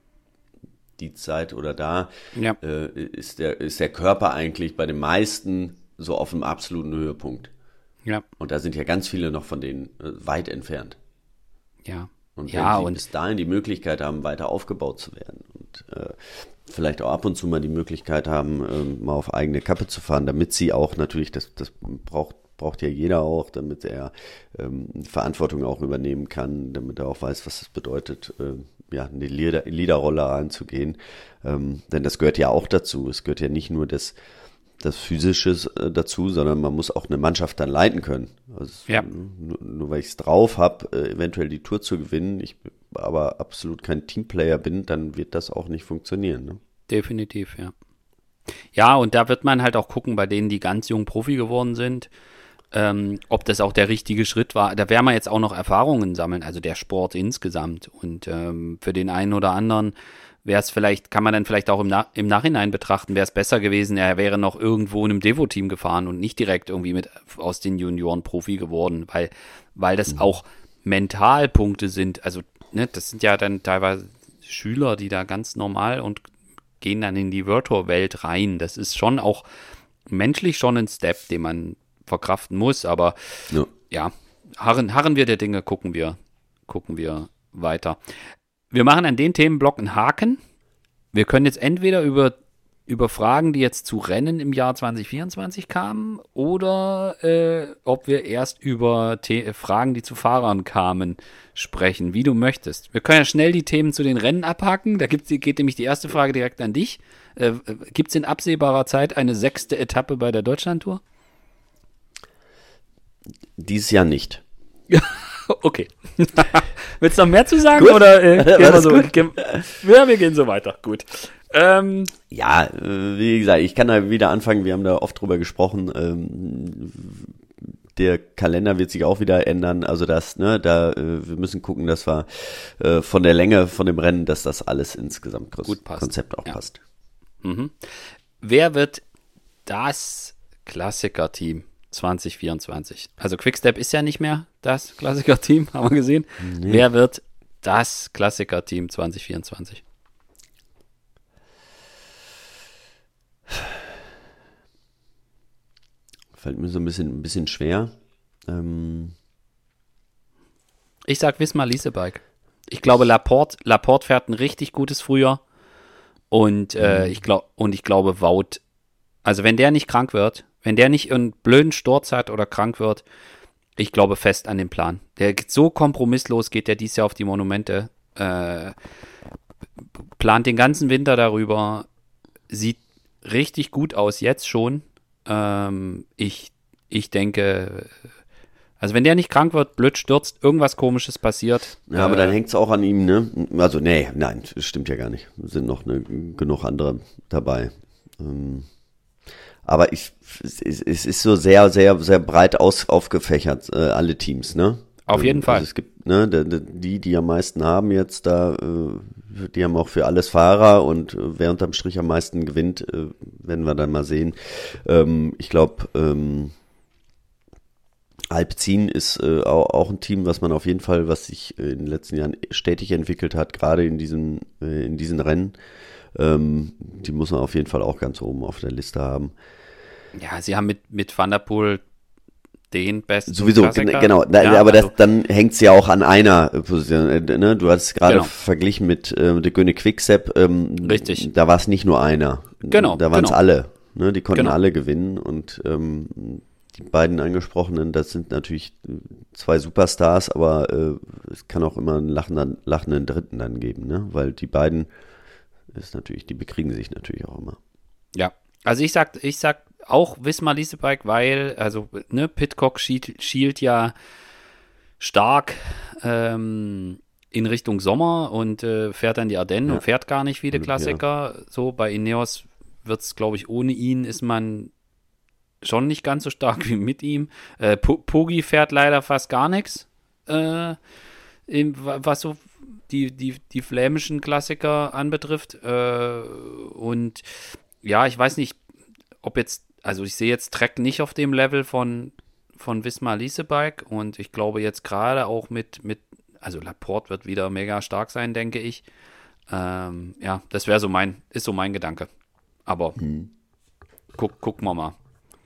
die Zeit, oder da ja. äh, ist, der, ist der Körper eigentlich bei den meisten so auf dem absoluten Höhepunkt. Ja. Und da sind ja ganz viele noch von denen äh, weit entfernt. Ja. Und wenn ja, sie und bis dahin die Möglichkeit haben, weiter aufgebaut zu werden und äh, vielleicht auch ab und zu mal die Möglichkeit haben, äh, mal auf eigene Kappe zu fahren, damit sie auch natürlich, das, das braucht, braucht ja jeder auch, damit er ähm, Verantwortung auch übernehmen kann, damit er auch weiß, was es bedeutet, äh, ja, eine Leader, Leaderrolle einzugehen. Ähm, denn das gehört ja auch dazu. Es gehört ja nicht nur das das Physische äh, dazu, sondern man muss auch eine Mannschaft dann leiten können. Also, ja. nur, nur weil ich es drauf habe, äh, eventuell die Tour zu gewinnen, ich aber absolut kein Teamplayer bin, dann wird das auch nicht funktionieren. Ne? Definitiv, ja. Ja, und da wird man halt auch gucken, bei denen, die ganz jung Profi geworden sind, ähm, ob das auch der richtige Schritt war. Da werden wir jetzt auch noch Erfahrungen sammeln, also der Sport insgesamt. Und ähm, für den einen oder anderen wäre es vielleicht, kann man dann vielleicht auch im, Na- im Nachhinein betrachten, wäre es besser gewesen, er wäre noch irgendwo in einem Devo-Team gefahren und nicht direkt irgendwie mit aus den Junioren Profi geworden, weil, weil das auch Mentalpunkte sind. Also, ne, das sind ja dann teilweise Schüler, die da ganz normal und gehen dann in die World Tour Welt rein. Das ist schon auch menschlich schon ein Step, den man verkraften muss, aber Ja. ja, harren, harren wir der Dinge, gucken wir, gucken wir weiter. Wir machen an den Themenblock einen Haken. Wir können jetzt entweder über, über Fragen, die jetzt zu Rennen im Jahr zwanzig vierundzwanzig kamen, oder äh, ob wir erst über The- Fragen, die zu Fahrern kamen, sprechen, wie du möchtest. Wir können ja schnell die Themen zu den Rennen abhaken. Da gibt's, geht nämlich die erste Frage direkt an dich. Äh, Gibt es in absehbarer Zeit eine sechste Etappe bei der Deutschlandtour? Dieses Jahr nicht. Okay. Willst du noch mehr zu sagen? Gut. Oder äh, gehen wir Alles so? gut. Gehen, ja, wir gehen so weiter. Gut. Ähm, Ja, äh, wie gesagt, ich kann da wieder anfangen, wir haben da oft drüber gesprochen, ähm, der Kalender wird sich auch wieder ändern, also das, ne, da, äh, wir müssen gucken, dass wir äh, von der Länge von dem Rennen, dass das alles insgesamt Gut passt. Konzept auch Ja. passt. mhm. Wer wird das Klassiker-Team zwanzig vierundzwanzig? Also Quickstep ist ja nicht mehr das Klassiker-Team, haben wir gesehen. Nee. Wer wird das Klassiker-Team zwanzig vierundzwanzig? Fällt mir so ein bisschen, ein bisschen schwer. Ähm, Ich sag Wismar Leasebike. Ich glaube, Laporte, Laporte fährt ein richtig gutes Frühjahr. Und, äh, ich glaub, und ich glaube, Wout, also wenn der nicht krank wird, wenn der nicht einen blöden Sturz hat oder krank wird, ich glaube fest an den Plan. Der geht so kompromisslos, geht der dieses Jahr auf die Monumente, äh, plant den ganzen Winter darüber, sieht richtig gut aus jetzt schon. Ähm, ich, ich denke, also wenn der nicht krank wird, blöd stürzt, irgendwas Komisches passiert. ja, aber äh, dann hängt es auch an ihm, ne? Also, nee, nein, das stimmt ja gar nicht. Es sind noch ne, genug andere dabei. Ähm, aber ich, es, es ist so sehr, sehr, sehr breit aus, aufgefächert, äh, alle Teams, ne? Auf jeden ähm, Fall. Also es gibt, ne, die, die am meisten haben jetzt da, äh, die haben auch für alles Fahrer und äh, wer unterm Strich am meisten gewinnt, äh, werden wir dann mal sehen. Ähm, ich glaube, ähm, Alpecin ist äh, auch, auch ein Team, was man auf jeden Fall, was sich äh, in den letzten Jahren stetig entwickelt hat, gerade in diesen, äh, in diesen Rennen. Ähm, die muss man auf jeden Fall auch ganz oben auf der Liste haben. Ja, sie haben mit, mit Van der Poel den besten Sowieso, Klassiker. gen- genau, da, Ja, aber also, das, dann hängt es ja auch an einer äh, Position. Äh, ne? Du hast gerade Genau. verglichen mit äh, der Göne Quickstep. Ähm, Richtig. Da war es nicht nur einer. Genau, Da waren es genau. alle. Ne? Die konnten Genau. alle gewinnen und ähm, die beiden angesprochenen, das sind natürlich zwei Superstars, aber äh, es kann auch immer einen lachenden, lachenden Dritten dann geben, ne? Weil die beiden ist natürlich, die bekriegen sich natürlich auch immer. ja, also ich sag, ich sag auch Wismar Leasebike, weil, also, ne, Pidcock schielt, schielt ja stark ähm, in Richtung Sommer und äh, fährt dann die Ardennen Ja. und fährt gar nicht viele Ja. Klassiker. So, bei Ineos wird es, glaube ich, ohne ihn ist man schon nicht ganz so stark wie mit ihm. Äh, Poggi fährt leider fast gar nichts, äh, im, was so die, die, die flämischen Klassiker anbetrifft. Äh, und ja, ich weiß nicht, ob jetzt, also ich sehe jetzt Trek nicht auf dem Level von, von Wismar Leasebike und ich glaube jetzt gerade auch mit, mit, also Laporte wird wieder mega stark sein, denke ich. Ähm, ja, das wäre so mein, ist so mein Gedanke. Aber Hm. guck, gucken wir mal.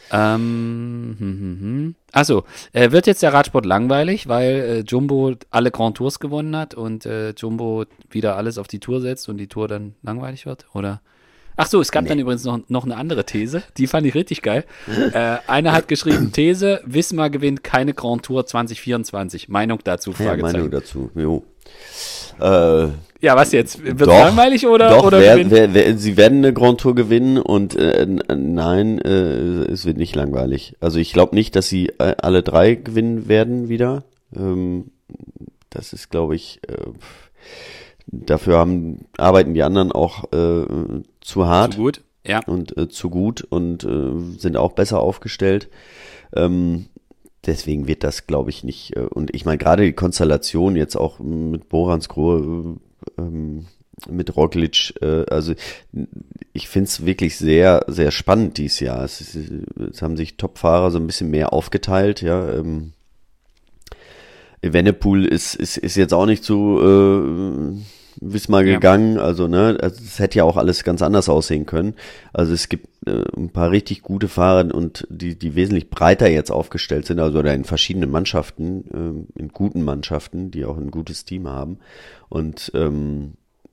Ähm, hm, hm, hm. Achso, äh, wird jetzt der Radsport langweilig, weil äh, Jumbo alle Grand Tours gewonnen hat und äh, Jumbo wieder alles auf die Tour setzt und die Tour dann langweilig wird? Oder? Ach so, es gab Nee. dann übrigens noch, noch eine andere These, die fand ich richtig geil. Äh, einer hat geschrieben, These, Wismar gewinnt keine Grand Tour zwanzig vierundzwanzig. Meinung dazu, Ja, Fragezeichen. Meinung dazu, jo. Äh, Ja, was jetzt? Wird Doch, langweilig oder, doch, oder wer, gewinnt? wer, wer, sie werden eine Grand Tour gewinnen und äh, n- nein, äh, es wird nicht langweilig. Also ich glaube nicht, dass sie äh, alle drei gewinnen werden wieder. Ähm, das ist, glaube ich, äh, dafür haben arbeiten die anderen auch äh, zu hart Zu gut, ja. und äh, zu gut und äh, sind auch besser aufgestellt. Ähm, deswegen wird das, glaube ich, nicht. Äh, und ich meine, gerade die Konstellation jetzt auch mit Boranskrohe, äh, ähm, mit Roglic, äh, also ich finde es wirklich sehr, sehr spannend dieses Jahr. Es, ist, es haben sich Topfahrer so ein bisschen mehr aufgeteilt, ja. Ähm, Evenepoel ist, ist, ist jetzt auch nicht zu äh, Wismar Ja. gegangen, also ne, also es hätte ja auch alles ganz anders aussehen können. Also es gibt äh, ein paar richtig gute Fahrer und die, die wesentlich breiter jetzt aufgestellt sind, also oder in verschiedenen Mannschaften, äh, in guten Mannschaften, die auch ein gutes Team haben. Und ähm,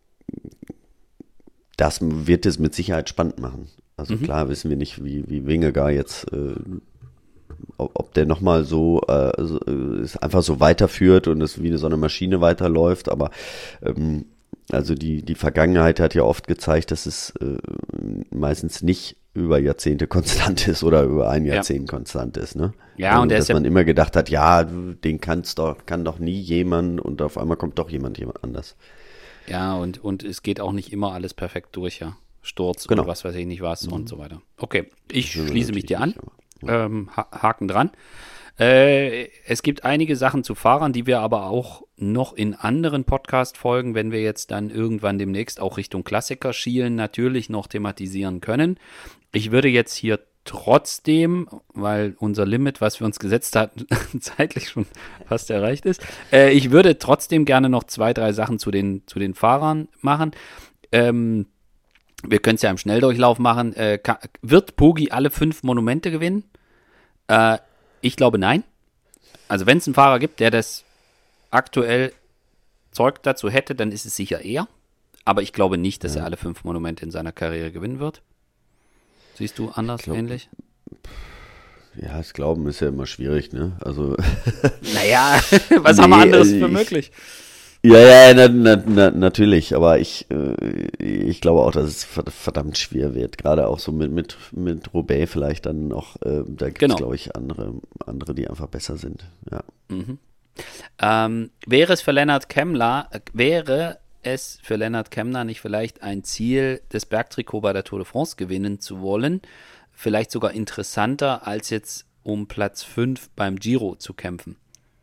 das wird es mit Sicherheit spannend machen. Also Mhm. klar wissen wir nicht, wie, wie Vingegaard jetzt, äh, ob, ob der nochmal so, äh, so äh, es einfach so weiterführt und es wie so eine Maschine weiterläuft, aber ähm, also die, die Vergangenheit hat ja oft gezeigt, dass es äh, meistens nicht über Jahrzehnte konstant ist oder über ein Ja. Jahrzehnt konstant ist, ne? Ja, also, und der dass ist ja, man immer gedacht hat, ja, den kann's doch, kann doch nie jemand und auf einmal kommt doch jemand, jemand anders. ja, und, und es geht auch nicht immer alles perfekt durch, ja. Sturz Genau. und was weiß ich nicht was und so weiter. Okay, ich Das will man schließe mich natürlich dir an. nicht, aber- Ähm, ha Haken dran. Äh, es gibt einige Sachen zu Fahrern, die wir aber auch noch in anderen Podcast-Folgen, wenn wir jetzt dann irgendwann demnächst auch Richtung Klassiker schielen, natürlich noch thematisieren können. Ich würde jetzt hier trotzdem, weil unser Limit, was wir uns gesetzt hatten, zeitlich schon fast erreicht ist, äh, ich würde trotzdem gerne noch zwei, drei Sachen zu den, zu den Fahrern machen. Ähm, wir können es ja im Schnelldurchlauf machen. Äh, ka- wird Poggi alle fünf Monumente gewinnen? Äh, ich glaube nein. Also wenn es einen Fahrer gibt, der das aktuell Zeug dazu hätte, dann ist es sicher er. Aber ich glaube nicht, dass Ja. er alle fünf Monumente in seiner Karriere gewinnen wird. Siehst du anders, glaub- ähnlich? Ja, das Glauben ist ja immer schwierig, ne? Also Naja, was haben wir Nee, anderes also für ich- möglich? ja, ja, na, na, na, natürlich, aber ich, äh, ich glaube auch, dass es verd- verdammt schwer wird. Gerade auch so mit, mit, mit Roubaix vielleicht dann noch, äh, da gibt es, Genau. glaube ich, andere, andere, die einfach besser sind. Ja. Mhm. Ähm, wäre es für Lennart Kemmler, äh, wäre es für Lennart Kemmler nicht vielleicht ein Ziel, das Bergtrikot bei der Tour de France gewinnen zu wollen? Vielleicht sogar interessanter, als jetzt um Platz fünf beim Giro zu kämpfen.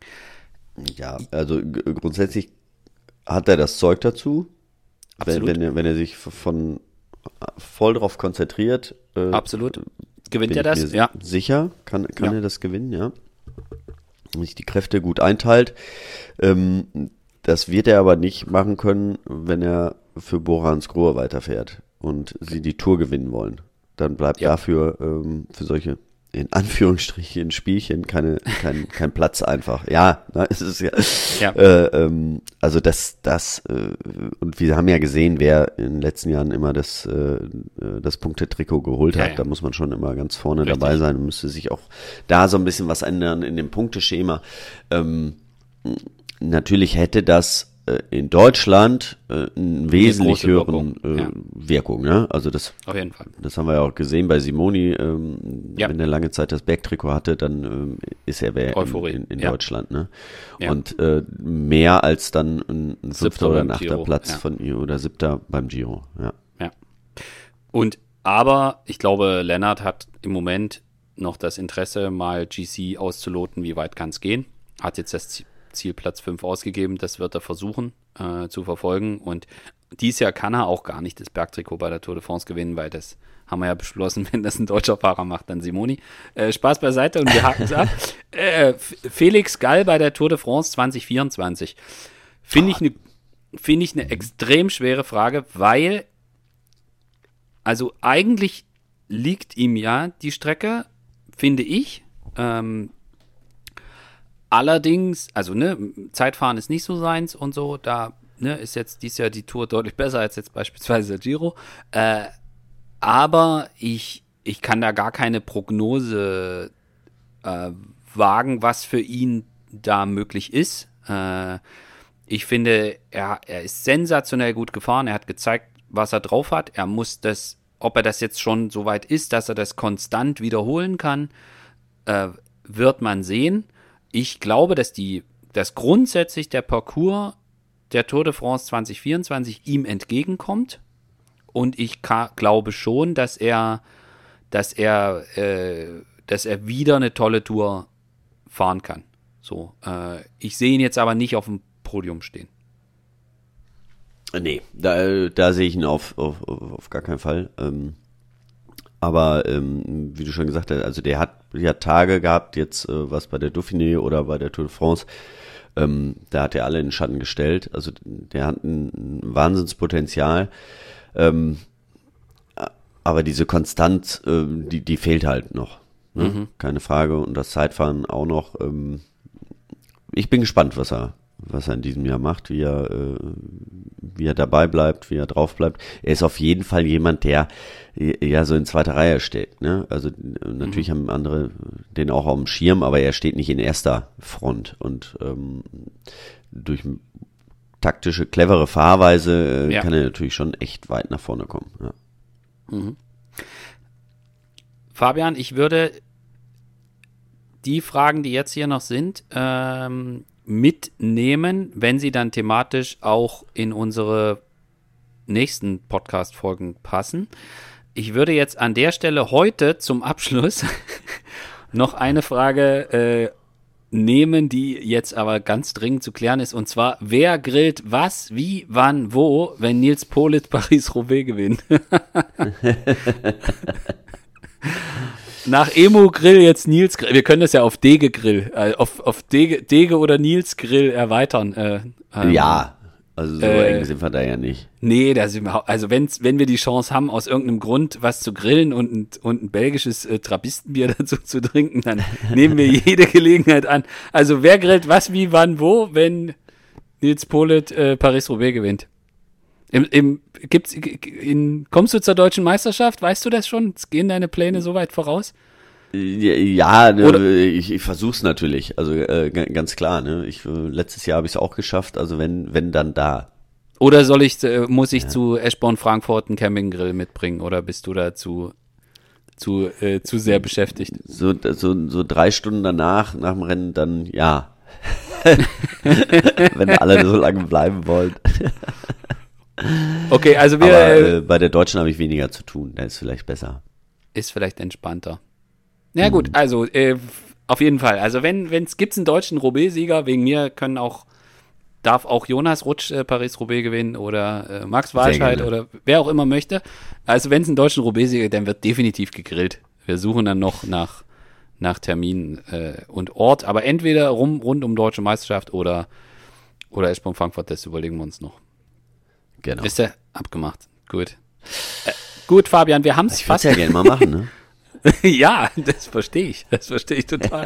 Ja, also g- grundsätzlich hat er das Zeug dazu, wenn, Absolut. wenn, er, wenn er sich v- von voll drauf konzentriert. Äh, Absolut. Gewinnt bin er das? ich mir Ja. sicher, kann, kann Ja. er das gewinnen, ja. Wenn sich die Kräfte gut einteilt. Ähm, das wird er aber nicht machen können, wenn er für Boranskrohe weiterfährt und sie die Tour gewinnen wollen. Dann bleibt Ja. dafür ähm, für solche in Anführungsstrichen Spielchen keine, kein, kein Platz einfach. Ja, na, es ist ja, Ja. Äh, ähm, also das, das, äh, und wir haben ja gesehen, wer in den letzten Jahren immer das, äh, das Punktetrikot geholt Ja, hat. ja. Da muss man schon immer ganz vorne Richtig. dabei sein und müsste sich auch da so ein bisschen was ändern in dem Punkteschema. Ähm, natürlich hätte das äh, in Deutschland äh, einen wesentlich große höheren Wirkung, äh, ja. Wirkung, ne? Also das Auf jeden Fall. das haben wir ja auch gesehen bei Simoni, ähm, Ja. wenn er lange Zeit das Bergtrikot hatte, dann ähm, ist er wer in, Euphorie, in, in ja. Deutschland, ne? Ja. Und äh, mehr als dann ein, ein Siebter fünfter oder ein beim achter Giro, Platz ja. von ihr oder siebter beim Giro, ja. Ja. Und aber ich glaube, Lennart hat im Moment noch das Interesse, mal G C auszuloten, wie weit kann es gehen. Hat jetzt das Ziel Ziel Platz fünf ausgegeben, das wird er versuchen äh, zu verfolgen. Und dieses Jahr kann er auch gar nicht das Bergtrikot bei der Tour de France gewinnen, weil das haben wir ja beschlossen, wenn das ein deutscher Fahrer macht, dann Simoni. Äh, Spaß beiseite und wir haken es ab. Äh, F- Felix Gall bei der Tour de France zwanzig vierundzwanzig. Finde ich eine finde ich eine extrem schwere Frage, weil also eigentlich liegt ihm ja die Strecke finde ich. Ähm, allerdings, also ne, Zeitfahren ist nicht so seins und so, da ne, ist jetzt dieses Jahr die Tour deutlich besser als jetzt beispielsweise der Giro. Äh, aber ich, ich kann da gar keine Prognose äh, wagen, was für ihn da möglich ist. Äh, ich finde, er, er ist sensationell gut gefahren. Er hat gezeigt, was er drauf hat. Er muss das, ob er das jetzt schon so weit ist, dass er das konstant wiederholen kann, äh, wird man sehen. Ich glaube, dass die, dass grundsätzlich der Parcours der Tour de France zwanzig vierundzwanzig ihm entgegenkommt. Und ich ka- glaube schon, dass er, dass er, äh, dass er wieder eine tolle Tour fahren kann. So, äh, ich sehe ihn jetzt aber nicht auf dem Podium stehen. Nee, da, da sehe ich ihn auf, auf, auf gar keinen Fall. Ähm, aber ähm, wie du schon gesagt hast, also der hat ja Tage gehabt, jetzt äh, was bei der Dauphiné oder bei der Tour de France. Ähm, da hat er alle in den Schatten gestellt. Also der hat ein, ein Wahnsinnspotenzial. Ähm, aber diese Konstanz, äh, die, die fehlt halt noch. Ne? Mhm. Keine Frage. Und das Zeitfahren auch noch. Ähm, ich bin gespannt, was er, was er in diesem Jahr macht, wie er, äh, wie er dabei bleibt, wie er drauf bleibt. Er ist auf jeden Fall jemand, der ja so in zweiter Reihe steht. Ne? Also natürlich mhm. haben andere den auch auf dem Schirm, aber er steht nicht in erster Front. Und ähm, durch taktische, clevere Fahrweise äh, ja. kann er natürlich schon echt weit nach vorne kommen. Ja. Mhm. Fabian, ich würde die Fragen, die jetzt hier noch sind, ähm, mitnehmen, wenn sie dann thematisch auch in unsere nächsten Podcast-Folgen passen. Ich würde jetzt an der Stelle heute zum Abschluss noch eine Frage äh, nehmen, die jetzt aber ganz dringend zu klären ist, und zwar, wer grillt was, wie, wann, wo, wenn Nils Politt Paris-Roubaix gewinnt? Nach Emo-Grill jetzt Nils Grill. Wir können das ja auf Dege-Grill, äh, auf, auf Dege, Dege oder Nils Grill erweitern. Äh, ähm, ja, also so äh, eng sind wir da ja nicht. Nee, das ist, also wenn's, wenn wir die Chance haben, aus irgendeinem Grund was zu grillen und ein, und ein belgisches äh, Trappistenbier dazu zu trinken, dann nehmen wir jede Gelegenheit an. Also wer grillt was, wie, wann, wo, wenn Nils Politt äh, Paris-Roubaix gewinnt? Im, im, gibt's, in, kommst du zur deutschen Meisterschaft? Weißt du das schon? Gehen deine Pläne so weit voraus? Ja, ja ich, ich versuch's natürlich. Also äh, ganz klar. Ne? Ich, letztes Jahr habe ich es auch geschafft. Also wenn, wenn dann da. Oder soll ich, äh, muss ich ja. zu Eschborn Frankfurt einen Campinggrill mitbringen? Oder bist du da zu, zu, äh, zu sehr beschäftigt? So, so, so drei Stunden danach, nach dem Rennen, dann ja. Wenn alle so lange bleiben wollen. Okay, also wir. Aber äh, bei der Deutschen habe ich weniger zu tun, da ist vielleicht besser. Ist vielleicht entspannter. Na ja, gut, mhm. also äh, auf jeden Fall. Also wenn es gibt einen deutschen Roubaix-Sieger, wegen mir können auch, darf auch Jonas Rutsch äh, Paris-Roubaix gewinnen oder äh, Max Walscheid oder wer auch immer möchte. Also wenn es einen deutschen Roubaix-Sieger, dann wird definitiv gegrillt. Wir suchen dann noch nach, nach Termin äh, und Ort, aber entweder rum, rund um Deutsche Meisterschaft oder, oder Eschborn Frankfurt, das überlegen wir uns noch. Genau. Ist ja abgemacht. Gut. Äh, gut, Fabian, wir haben es fast. Ich würde ja gerne mal machen, ne? Ja, das verstehe ich. Das verstehe ich total.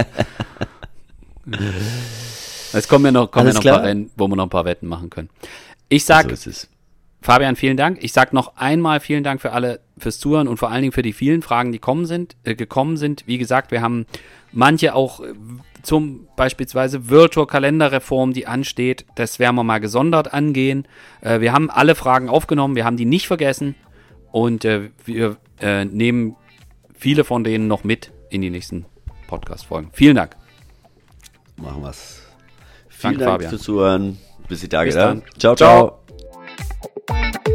Es kommen ja noch, kommen ja noch ein paar Rennen, wo wir noch ein paar Wetten machen können. Ich sag, so Fabian, vielen Dank. Ich sag noch einmal vielen Dank für alle fürs Zuhören und vor allen Dingen für die vielen Fragen, die kommen sind, äh, gekommen sind. Wie gesagt, wir haben manche auch äh, zum beispielsweise Virtual Kalenderreform, die ansteht. Das werden wir mal gesondert angehen. Äh, wir haben alle Fragen aufgenommen, wir haben die nicht vergessen und äh, wir äh, nehmen viele von denen noch mit in die nächsten Podcast-Folgen. Vielen Dank. Machen wir's. Vielen Dank Fabian. fürs Zuhören. Bis die Tage. Bis dann. Ciao, ciao. ciao.